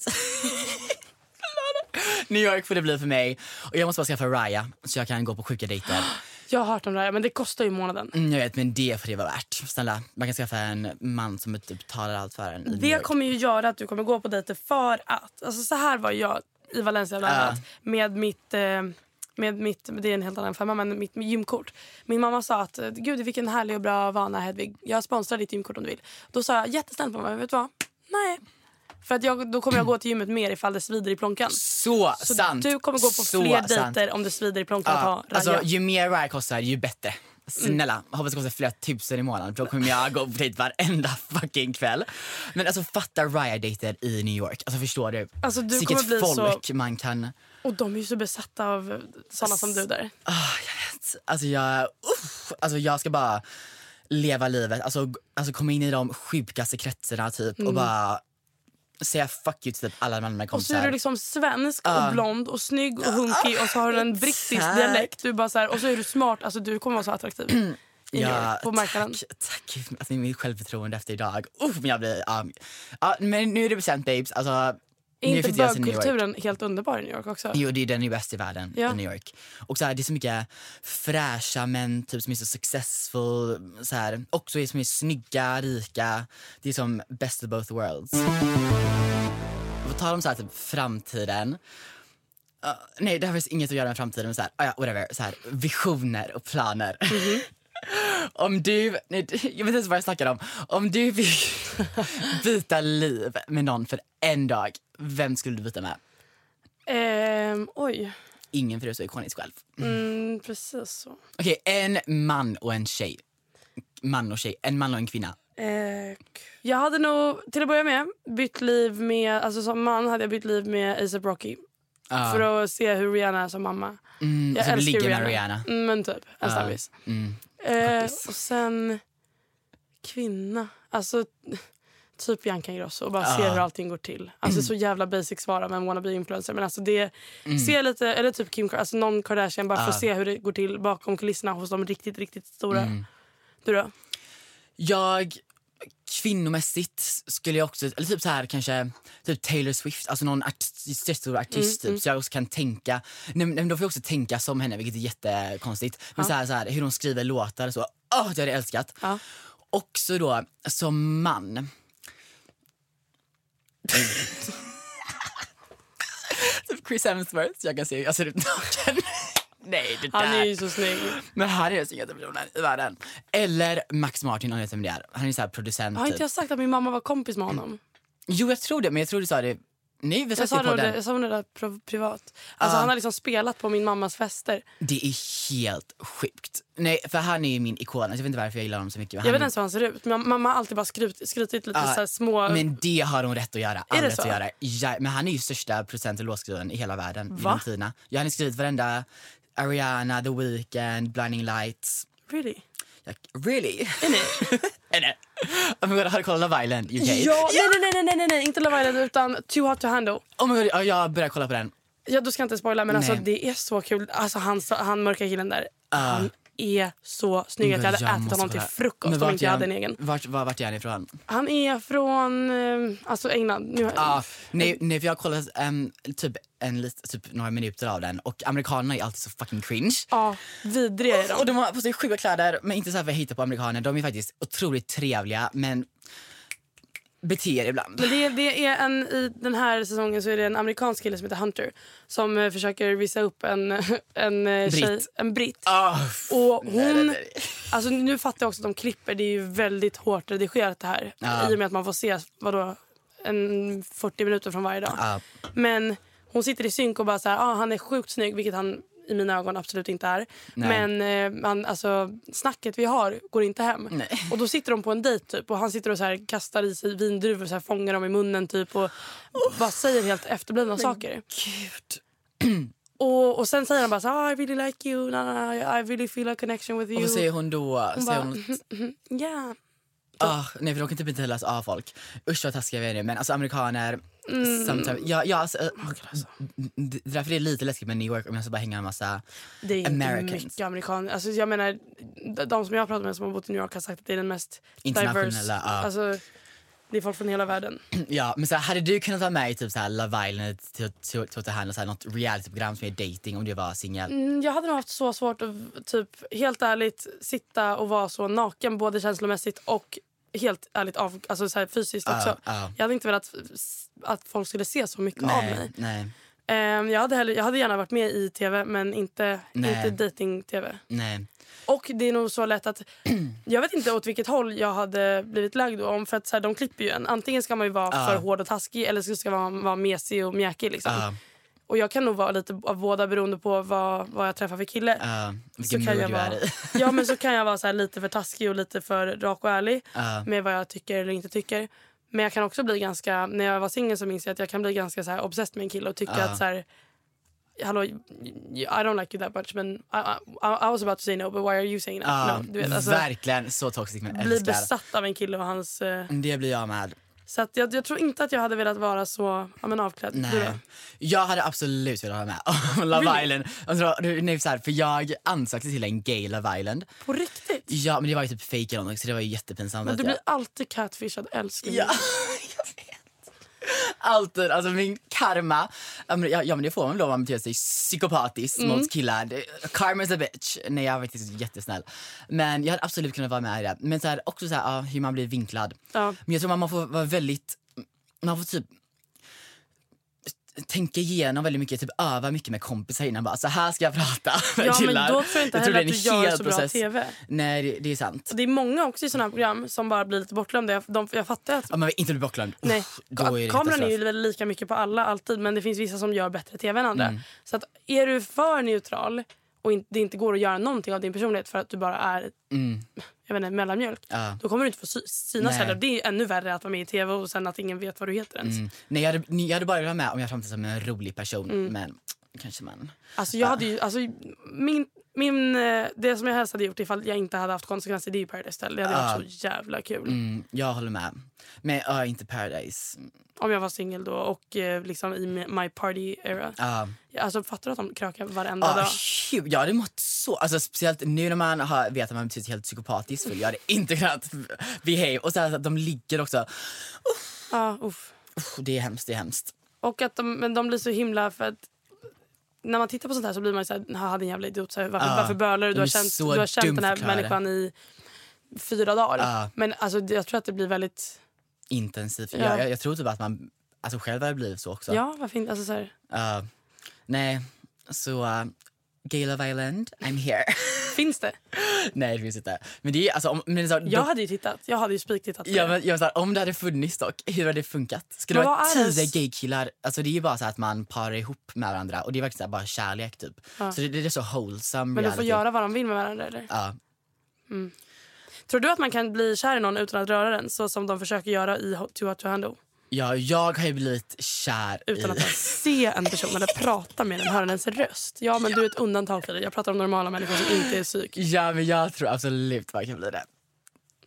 New York får det bli för mig. Och jag måste bara skaffa Raya så jag kan gå på sjuka dejter.
Jag har hört om det här, men det kostar ju månaden.
Mm, jag vet, men det får det vara värt. Snälla, man kan skaffa en man som typ betalar allt för en.
Det kommer ju göra att du kommer gå på dejter för att... Alltså så här var jag i Valencia bland annat. Uh. Med mitt... Eh, med mitt, det är en helt annan femma, men mitt gymkort. Min mamma sa att, gud vilken härlig och bra vana Hedvig. Jag sponsrar ditt gymkort om du vill. Då sa jag jättesnällt på mig, vet du vad? Nej. För att jag, då kommer jag gå till gymmet mer ifall det svider i plånkan.
Så, så sant.
Du kommer gå på
så
fler
sant.
dejter om det svider i plånkan.
Ja,
att ha
alltså, ju mer Raya kostar, ju bättre. Snälla, mm. hoppas det kostar flera tusen i månaden. Då kommer jag gå på dejt varenda fucking kväll. Men alltså fatta Raya-dejter i New York. Alltså förstår du?
Alltså du
Vilket
kommer bli
folk
så...
man kan...
Och de är ju så besatta av såna som du där.
Ah, jag vet. Alltså jag... Uff, alltså jag ska bara leva livet. Alltså, alltså komma in i de sjukaste kretsarna typ. Mm. Och bara... säga fuck you till typ alla andra kompisar.
Och så är du liksom svensk
uh.
och blond och snygg och hunkig och så har du en brittisk
tack. dialekt.
Du bara så här, och så är du smart. Alltså du kommer vara så attraktiv.
Ja,
på marknaden.
Tack, tack. Alltså, mitt självförtroende efter idag. Uh, men jag blir... Um, uh, men nu är det bestämt, babes. Alltså,
är inte bögkulturen helt underbar i New York också?
Jo, det är den är bäst i världen ja. i New York. Och så här, det är så mycket fräscha män typ, som är så successful. Så här, också är som är snygga, rika. Det är som best of both worlds. På tal om så här, typ, framtiden. Uh, nej, det har faktiskt inget att göra med framtiden. Men så här, uh, yeah, whatever, så här, visioner och planer. Mm-hmm. Om du, nej, jag vet inte ens vad jag snackar om. Om du fick byta liv med någon för en dag, vem skulle du byta med?
Um, oj.
Ingen, för du är så ikonisk själv.
Mm, precis så.
Okej, okay, en man och en tjej. Man och tjej, en man och en kvinna.
Uh, jag hade nog till att börja med bytt liv med, alltså som man hade jag bytt liv med A$AP Rocky. Uh. För att se hur Rihanna är som mamma.
Mm, jag älskar Rihanna. Med Rihanna.
Mm, men typ, en uh. snabbis. Mm. Eh, och sen kvinna. Alltså typ Bianca Ingrosso och bara uh. se hur allting går till. Alltså mm. så jävla basic svara med en wannabe influencer, men alltså det mm. se lite, eller typ Kim, alltså någon Kardashian bara uh. för att se hur det går till bakom kulisserna hos de riktigt riktigt stora. Mm. Du då? Jag kvinnomässigt skulle jag också, eller typ så här kanske typ Taylor Swift, alltså någon artist, stor artist mm, typ, mm. så jag också kan tänka, nej, men då får jag också tänka som henne, vilket är jättekonstigt, men ja. så här, så här hur hon skriver låtar och så, åh, det hade jag älskat. Ja. Också då som man typ Chris Hemsworth, så jag kan se hur jag ser ut naken. Nej, det där. Han är ju så snygg. Men här är det så jätte personer i världen. Eller Max Martin, om jag vet vem det är. Han är så här producent. Har inte jag sagt att min mamma var kompis med honom? Jo, jag tror det, men jag tror du sa det. Nej, vi jag, sa det, jag sa det där privat. Alltså uh, han har liksom spelat på min mammas fester. Det är helt sjukt. Nej, för han är ju min ikon. Jag vet inte varför jag gillar honom så mycket. Jag han... vet inte hur han ser ut. Men mamma har alltid bara skrytit, skrytit lite uh, så här små... Men det har hon rätt att göra. Är det rätt så? Att göra. Ja, men han är ju största producent och låtskrivaren i hela världen. Va? Ja, han har skrivit varenda... Ariana, The Weeknd, Blinding Lights. Really? Jag, really? Är ni?
nej. Oh my god, har du kollat Love Island U K?
Ja, nej, nej, nej, nej, nej, nej, inte Love Island utan Too Hot to Handle.
Oh my god, jag börjar kolla på den.
Ja, du ska inte spoila, men
Nej.
alltså det är så kul. Alltså han, han mörka killen där, uh. han är så snygg att jag hade jag ätit honom till frukost om inte jag hade en egen.
Vart, var, vart är han ifrån?
Han är från uh, alltså England. Nu,
uh, nej, nej, för jag har kollat um, typ, en lit, typ några minuter av den och amerikanerna är alltid så fucking cringe.
Ja, vidriga är de.
Och de har på sig sjuka kläder, men inte så här för att hitta på amerikaner. De är faktiskt otroligt trevliga, men beter ibland.
Men det, det är en, i den här säsongen så är det en amerikansk kille som heter Hunter som uh, försöker visa upp en, en uh,
Britt.
tjej, en britt.
Oh,
och hon,
nej, nej, nej.
alltså nu fattar jag också att de klipper, det är ju väldigt hårt redigerat det här.
Uh.
I och med att man får se, vadå, en fyrtio minuter från varje dag.
Uh.
Men hon sitter i synk och bara så här, ah, han är sjukt snygg, vilket han i mina ögon absolut inte är.
Nej.
Men eh, man, alltså, snacket vi har går inte hem.
Nej.
Och då sitter de på en dejt typ, och han sitter och så här, kastar i sig vindruvor och så här, fångar dem i munnen typ, och oh. bara säger helt efterblivna saker.
Gud.
Och, och sen säger han bara så här, I really like you, nah, nah, I really feel a connection with you.
Och vad säger hon då?
Hon
säger
bara,
hon...
yeah.
Oh, nej, för de kan typ inte hållas av folk. Usch vad taskiga vi är nu. Men alltså amerikaner
Mm.
sometimes, ja, ja, alltså, d- därför är det lite läskigt med New York om jag så bara hänga en massa
det är
Americans.
inte mycket amerikaner. Alltså, jag menar, de som jag har pratat med som har bott i New York har sagt att det är den mest diverse.
Ja.
Alltså, det är folk från hela världen.
Ja, men så här, hade du kunnat vara med i typ så här Love Island till till till att handla så här något realityprogram som är dating om du var singel?
Mm, jag hade nog haft så svårt att typ helt ärligt sitta och vara så naken både känslomässigt och helt ärligt av, alltså så här fysiskt också.
Uh, uh.
Jag hade inte velat att folk skulle se så mycket
nej,
av mig.
Nej.
Um, jag, hade heller, jag hade gärna varit med i tv men inte, inte dating-tv.
Nej.
Och det är nog så lätt att jag vet inte åt vilket håll jag hade blivit lagd om, för att så här, de klipper ju en. Antingen ska man ju vara
uh.
för hård och taskig eller så ska man vara mesig och mjäkig liksom.
Uh.
Och jag kan nog vara lite av båda beroende på vad, vad jag träffar för kille.
Uh, vilken
kan
mood
jag
du är
vara,
i.
ja, men så kan jag vara så här lite för taskig och lite för rak och ärlig
uh.
med vad jag tycker eller inte tycker. Men jag kan också bli ganska, när jag var singel så minns jag att jag kan bli ganska så här obsessed med en kille och tycka uh. att så här, hallå, I don't like you that much, men I, I, I was about to say no, but why are you saying no?
Uh,
no du vet, alltså,
verkligen så toxic, men
bli
älskar.
besatt av en kille och hans... Uh,
det blir jag med.
Så att jag, jag tror inte att jag hade velat vara så ja, men avklädd.
Nej. Jag hade absolut velat vara med om Love really? Island. Alltså, nej, så här, för jag ansökte till en gay Love Island.
På riktigt?
Ja, men det var ju typ fake eller något, så det var ju jättepinsamt.
Men du blir
jag...
alltid catfishad, älskling.
Ja, jag vet. Alltid, alltså min karma. Ja men, ja, men det får man väl om man beter sig psykopatiskt mm. mot killar. Karma's a bitch. Nej, jag var faktiskt jättesnäll. Men jag hade absolut kunnat vara med i det. Men så här, också så här, ja, hur man blir vinklad. Ja. Men jag tror man får vara väldigt, man får typ tänka igenom väldigt mycket, typ öva mycket med kompisar innan bara, så här ska jag prata med
ja,
killar.
Men då tror jag inte jag heller att du gör så bra
process.
tv.
Nej, det, det är sant.
Och det är många också i sådana här program som bara blir lite bortglömda. Jag, de, jag fattar att...
Ja, men inte bli bortglömd.
Nej,
Uff, då är det
kameran är ju väl lika mycket på alla alltid, men det finns vissa som gör bättre tv än andra. Mm. Så att är du för neutral och in, det inte går att göra någonting av din personlighet för att du bara är mm. jag vet inte, mellanmjölk, ja. Då kommer du inte få synas heller. Det är ännu värre att vara med i tv och sen att ingen vet vad du heter ens. Mm.
Nej, jag hade, jag hade bara varit med om jag framstod som en rolig person, mm. men kanske man...
Alltså jag hade ju, alltså min, min, det som jag helst hade gjort ifall jag inte hade haft konsekvenser, det är ju Paradise Hotel. Det hade uh. varit så jävla kul.
Mm, jag håller med. Men uh, inte Paradise.
Om jag var singel då och eh, liksom i my party era.
Uh.
Alltså fattar du att de krökar varenda
uh,
dag?
Hugh, jag hade mått så, alltså speciellt nu när man har, vet att man betyder helt psykopatisk, för jag hade inte kunnat behave. Och så här, att de ligger också.
Ja, uh, uff.
Uh, det är hemskt, det är hemskt.
Och att de, men de blir så himla, för att när man tittar på sånt här så blir man ju såhär, ha din jävla idiot, så här, varför, uh, varför bölar du? Du har känt, du har känt den här människan i fyra dagar. Uh. Men alltså jag tror att det blir väldigt
intensivt.
Ja.
Jag, jag, jag tror typ att man alltså själv har blivit så också.
Ja, vad fint. Alltså så här.
Uh, nej, så uh, Gay Love Island, I'm here.
Finns det?
Nej, det finns inte. Men det är alltså om, men så,
jag
då,
hade ju tittat. Jag hade ju spiktittat.
Ja, men jag så här, om det hade funnits dock, hur hade det funkat? Skulle det vara tio gaykillar? Alltså det är ju bara så att man parar ihop med varandra och det är verkligen så här, bara kärlek typ. Ja. Så det, det är så wholesome.
Men
reality.
de får göra vad de vill med varandra eller?
Ja.
Mm. Tror du att man kan bli kär i någon utan att röra den, så som de försöker göra i Too Hot to Handle?
Ja, jag har ju blivit kär
utan
i...
att se en person eller prata med den, höra dens röst. Ja, men ja. Du är ett undantag för det. Jag pratar om normala människor som inte är psyk.
Ja, men jag tror absolut att man kan bli det.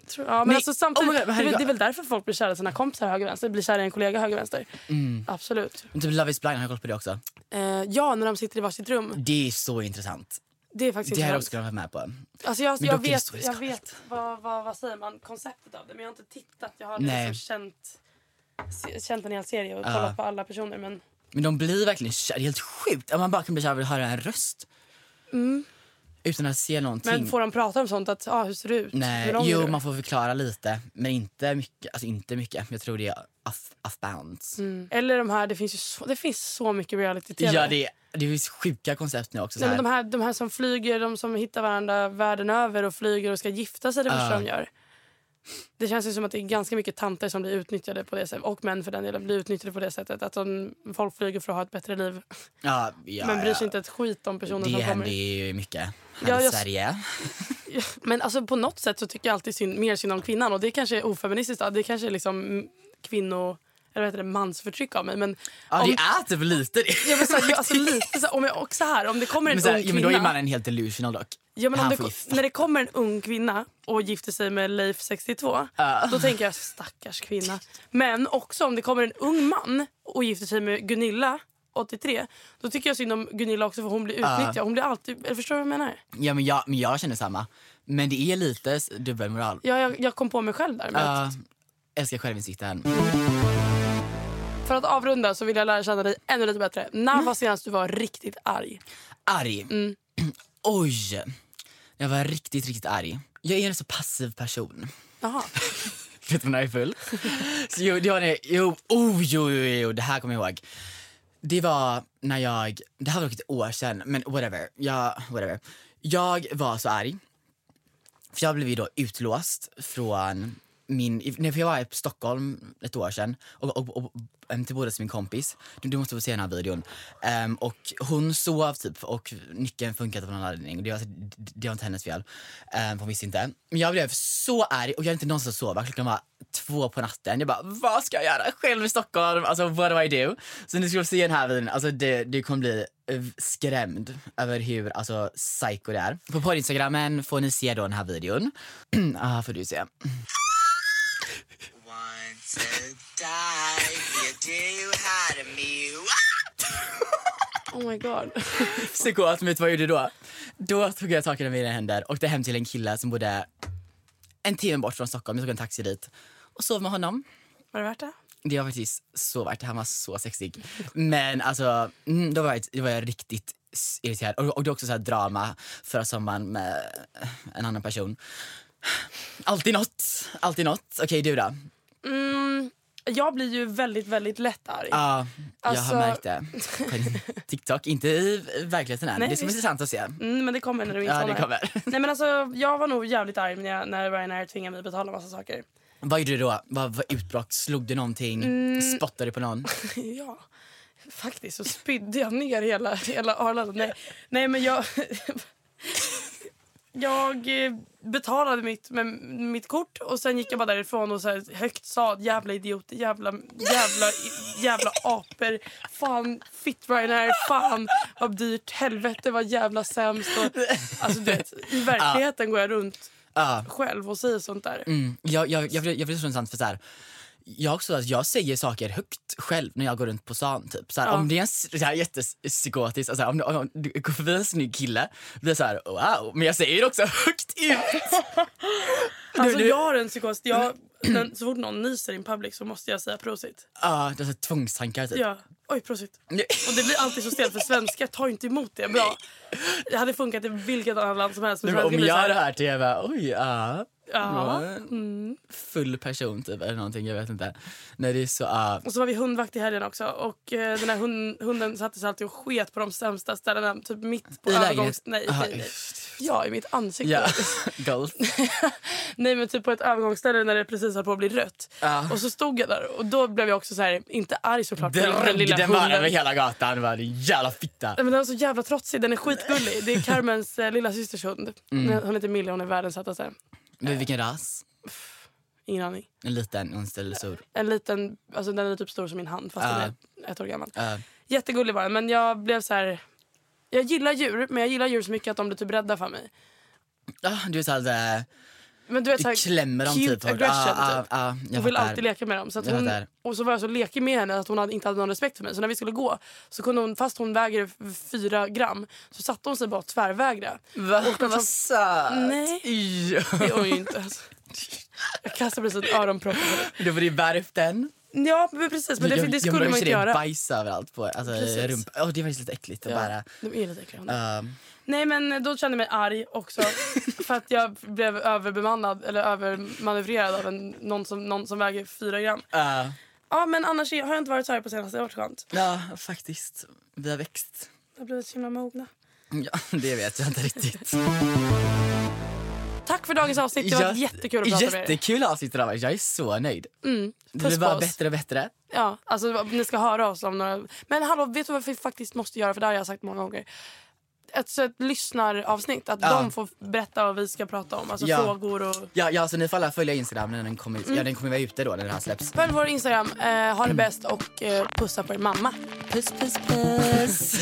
Tror, ja, men
Nej.
alltså, samtidigt,
Oh God,
det, är, det är väl därför folk blir kära i sina kompisar höger vänster. Blir kära i en kollega höger vänster.
Mm.
Absolut.
Men typ Love is blind, har jag koll på det också?
Eh, ja, när de sitter i varsitt rum.
Det är så intressant.
Det är faktiskt
Det har jag
intressant.
också kunnat vara med på.
Alltså jag,
Men
jag
dock är det
vet,
så
jag
skapligt.
vet vad, vad, vad säger man, konceptet av det. Men jag har inte tittat. Jag har
Nej.
liksom känt, se- känt en hel serie och
Ja.
kollat på alla personer. Men
Men de blir verkligen kära. Det är helt sjukt. Att man bara kan bli kär av att höra en röst.
Mm.
Utan att se någonting.
Men får de prata om sånt? Att, ah, hur ser det ut?
Nej,
Hur lång är
jo
du?
man får förklara lite. Men inte mycket. Alltså inte mycket. Jag tror det är off, off bounds.
Mm. Eller de här, det finns ju så, det finns så mycket reality-tv.
Ja, det är, det är ju sjuka koncept nu också. Så
Nej,
här.
men de, här, de här som flyger, de som hittar varandra världen över och flyger och ska gifta sig det första
Ja.
de gör. Det känns ju som att det är ganska mycket tanter som blir utnyttjade på det sättet. Och män för den delen blir utnyttjade på det sättet. Att de, folk flyger för att ha ett bättre liv.
Ja, ja,
men bryr sig
ja.
inte ett skit om personen
Det
som
händer
kommer.
ju mycket här
Ja,
i
jag-
Sverige.
Men alltså på något sätt så tycker jag alltid synd, mer synd om kvinnan. Och det kanske är ofeministiskt. Då. Det kanske är liksom kvinno... Eller vad heter det, mansförtryck av mig. Men
Ja,
om,
det är typ lite det.
ja, men så här, jag, alltså, lite så här, om jag också här, om det kommer en
Men, så här,
ung
ja,
kvinna.
men då är mannen helt delusional dock.
Ja, men om
Han
det,
får ju
när det kommer en ung kvinna och gifter sig med Leif sextiotvå,
Ja.
då tänker jag stackars kvinna. Men också om det kommer en ung man och gifter sig med Gunilla åttiotre, då tycker jag synd om Gunilla också för hon blir utnyttjad. Hon blir alltid, eller förstår du vad jag menar?
Ja, men jag, men jag känner samma. Men det är lite s- dubbelmoral.
Ja, jag, jag kom på mig själv där. Med
Ja,
att,
älskar självinsikten.
för att avrunda så vill jag lära känna dig ännu lite bättre. När var senast du var riktigt arg?
Arg.
Mm.
Oj. Jag var riktigt, riktigt arg. Jag är en så passiv person.
Jaha.
Vet du när jag är full? Så jo, det var när, jo, oh, jo, jo, jo, det här kommer jag ihåg. Det var när jag, det här var ett år sedan, men whatever. Jag, whatever. Jag var så arg. För jag blev ju då utlåst från min, när jag var i Stockholm ett år sedan och, och, och, och till båda min kompis. Du, du måste få se den här videon. Um, och hon sov typ och nyckeln funkade på någon anledning. Det var, det, det var inte hennes fel. Um, hon visste inte. Men jag blev så arg och jag hade inte någonstans sova. Klockan var två på natten. Jag bara, vad ska jag göra själv i Stockholm? Alltså, what do I do? Så ni ska se den här videon. Alltså, det, det kommer bli skrämd över hur alltså, psycho det är. På poddinstagrammen får ni se då den här videon. Ah, får du se.
To die, you do you had me.
Oh my god.
Psykoat, vet du vad jag gjorde då? Då tog jag sakerna med mina händer och åkte hem till en kille som bodde en timme bort från Stockholm. Jag tog en taxi dit och sov med honom.
Var det värt det?
Det var faktiskt så värt det. Han var så sexig. Men alltså, mm, då var jag, då var jag riktigt irriterad. Och, och det är också så här drama förra sommaren med en annan person. Alltid något. Alltid något. Okej, okay, du då?
Mm, jag blir ju väldigt, väldigt lätt arg.
Ja, jag
Alltså-
har märkt det på TikTok. Inte i verkligheten än.
Nej,
det är som är
visst.
intressant att se.
Mm, men det kommer när du minst
Ja,
anar.
det kommer.
Nej, men alltså, jag var nog jävligt arg när, jag, när Ryanair tvingade mig att betala massa saker.
Vad gjorde du då? Vad var utbrott? Slog du någonting?
Mm.
Spottade du på någon?
Ja, faktiskt så spydde jag ner hela, hela Arlanda. Nej, nej men jag... Jag eh, betalade mitt, med mitt kort och sen gick jag bara därifrån och så här högt sa jävla idioter, jävla, jävla, jävla aper, fan, fitt Ryanair, fan, vad dyrt, helvete, vad jävla sämst. Och, alltså du vet, i verkligheten går jag runt
Ja.
själv och säger sånt där.
Mm. Jag, jag, jag, blir, jag blir så intressant för så här. Jag också att jag säger saker högt själv när jag går runt på stan typ. Så här,
Ja.
om det är en s- så här jättepsykotiskt, alltså, om, om du går förbi en snygg kille, blir så här wow, men jag säger det också högt ut.
Alltså
du-
jag har en psykos, jag, den, så fort någon nyser in public så måste jag säga prosit.
Ja, det är så här tvångstankar typ.
Ja, oj prosit. Och det blir alltid så stelt för svenskar tar inte emot det bra. Det hade funkat i vilket annat land som helst. Men
Men om
svenskar blir
jag
så
hade
här,
hört det, jag bara oj, ja.
ja.
Ja.
Mm.
Full person typ eller någonting, jag vet inte. Nej, det är så, uh,
Och så var vi hundvakt i helgen också. Och eh, den här hund, hunden satte sig alltid och sket på de sämsta ställena. Typ mitt på
I
övergångs...
lägenhet?
Nej,
Aha,
nej, nej. Ja, i mitt ansikte.
ja, golf.
Nej, men typ på ett övergångsställe när det precis höll på att bli rött.
Ja.
Och så stod jag där och då blev jag också så här, inte arg såklart på den
Drog
lilla
den bara
hunden.
över hela gatan, var det jävla fitta.
Nej, men den var så jävla trotsig, den är skitgullig. Det är Carmens eh, lilla systers hund.
Mm.
Hon heter Millie, hon är världens sötaste.
Men vilken ras?
Ingen aning.
En liten, en ställer stor.
En liten, alltså den är typ stor som min hand fast
Ja.
den är ett år gammal.
Uh,
Jättegullig var den, men jag blev så här. Jag gillar djur, men jag gillar djur så mycket att de blir typ rädda för mig.
ah, du är såhär,
Men du vet så här,
klämmer dem
cute
typ hårt.
aggression
Ah,
typ.
ah, ah, jag
hon vill
fattar.
alltid leka med dem så att
Jag
hon,
fattar.
och så var jag så lekig med henne att hon hade, inte hade någon respekt för mig. Så när vi skulle gå så kunde hon, fast hon väger fyra gram, så satte hon sig bara tvärvägra.
Va?
Och
Vad söt.
Nej.
Ja.
Det är hon ju inte alltså. Jag kastade precis ett öronpropp på det.
Då får du bära upp den.
Ja men precis, men det,
jag,
det skulle
jag
man inte göra.
bajs överallt på alltså, rump. Oh, det var lite äckligt att
Ja,
bära.
de är lite äckliga.
Um,
Nej men då kände jag mig arg också för att jag blev överbemannad eller övermanövrerad av en, någon, som, någon som väger fyra gram.
uh,
Ja men annars har jag inte varit så här på senaste, det har varit skönt.
ja, faktiskt. Vi har växt.
Jag har blivit så himla mogna.
Ja, det vet jag inte riktigt.
Tack för dagens avsnitt, det var
Jag-
jättekul att prata med er.
Jättekul avsnitt idag. Jag är så nöjd.
Mm,
Det
puss
blir
på
bara
oss.
bättre och bättre.
Ja, alltså ni ska höra oss om några... Men hallå, vet du vad vi faktiskt måste göra? För det har jag sagt många gånger. Ett, så ett lyssnaravsnitt, att
Ja.
de får berätta vad vi ska prata om. Alltså
Ja.
frågor och...
Ja, ja, så ni får alla följa Instagram när den kommer ut. Ja, den kommer vara ute då när den här släpps.
Följ vår Instagram, eh, ha det bäst och eh, pussa på er mamma.
Puss, puss, puss.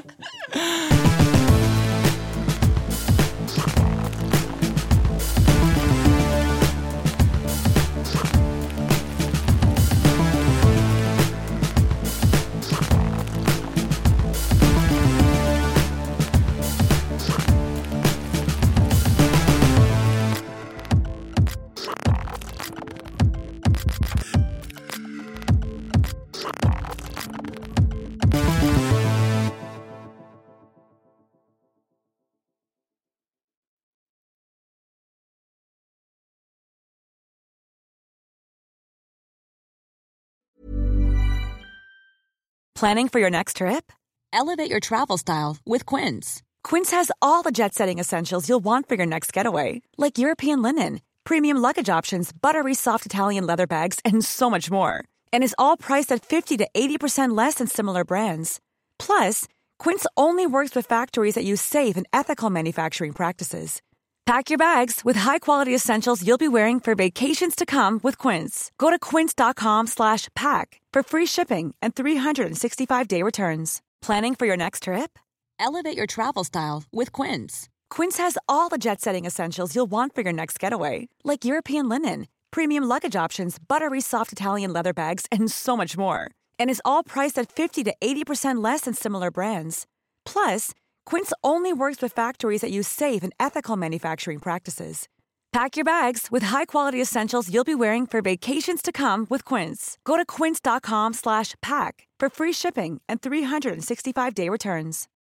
Planning for your next trip? Elevate your travel style with Quince. Quince has all the jet-setting essentials you'll want for your next getaway, like European linen, premium luggage options, buttery soft Italian leather bags, and so much more. And is all priced at fifty to eighty percent less than similar brands. Plus, Quince only works with factories that use safe and ethical manufacturing practices. Pack your bags with high-quality essentials you'll be wearing for vacations to come with Quince. Go to quince.com slash pack for free shipping and three sixty-five day returns. Planning for your next trip? Elevate your travel style with Quince. Quince has all the jet-setting essentials you'll want for your next getaway, like European linen, premium luggage options, buttery soft Italian leather bags, and so much more. And is all priced at fifty to eighty percent less than similar brands. Plus, Quince only works with factories that use safe and ethical manufacturing practices. Pack your bags with high-quality essentials you'll be wearing for vacations to come with Quince. Go to quince.com slash pack for free shipping and three sixty-five day returns.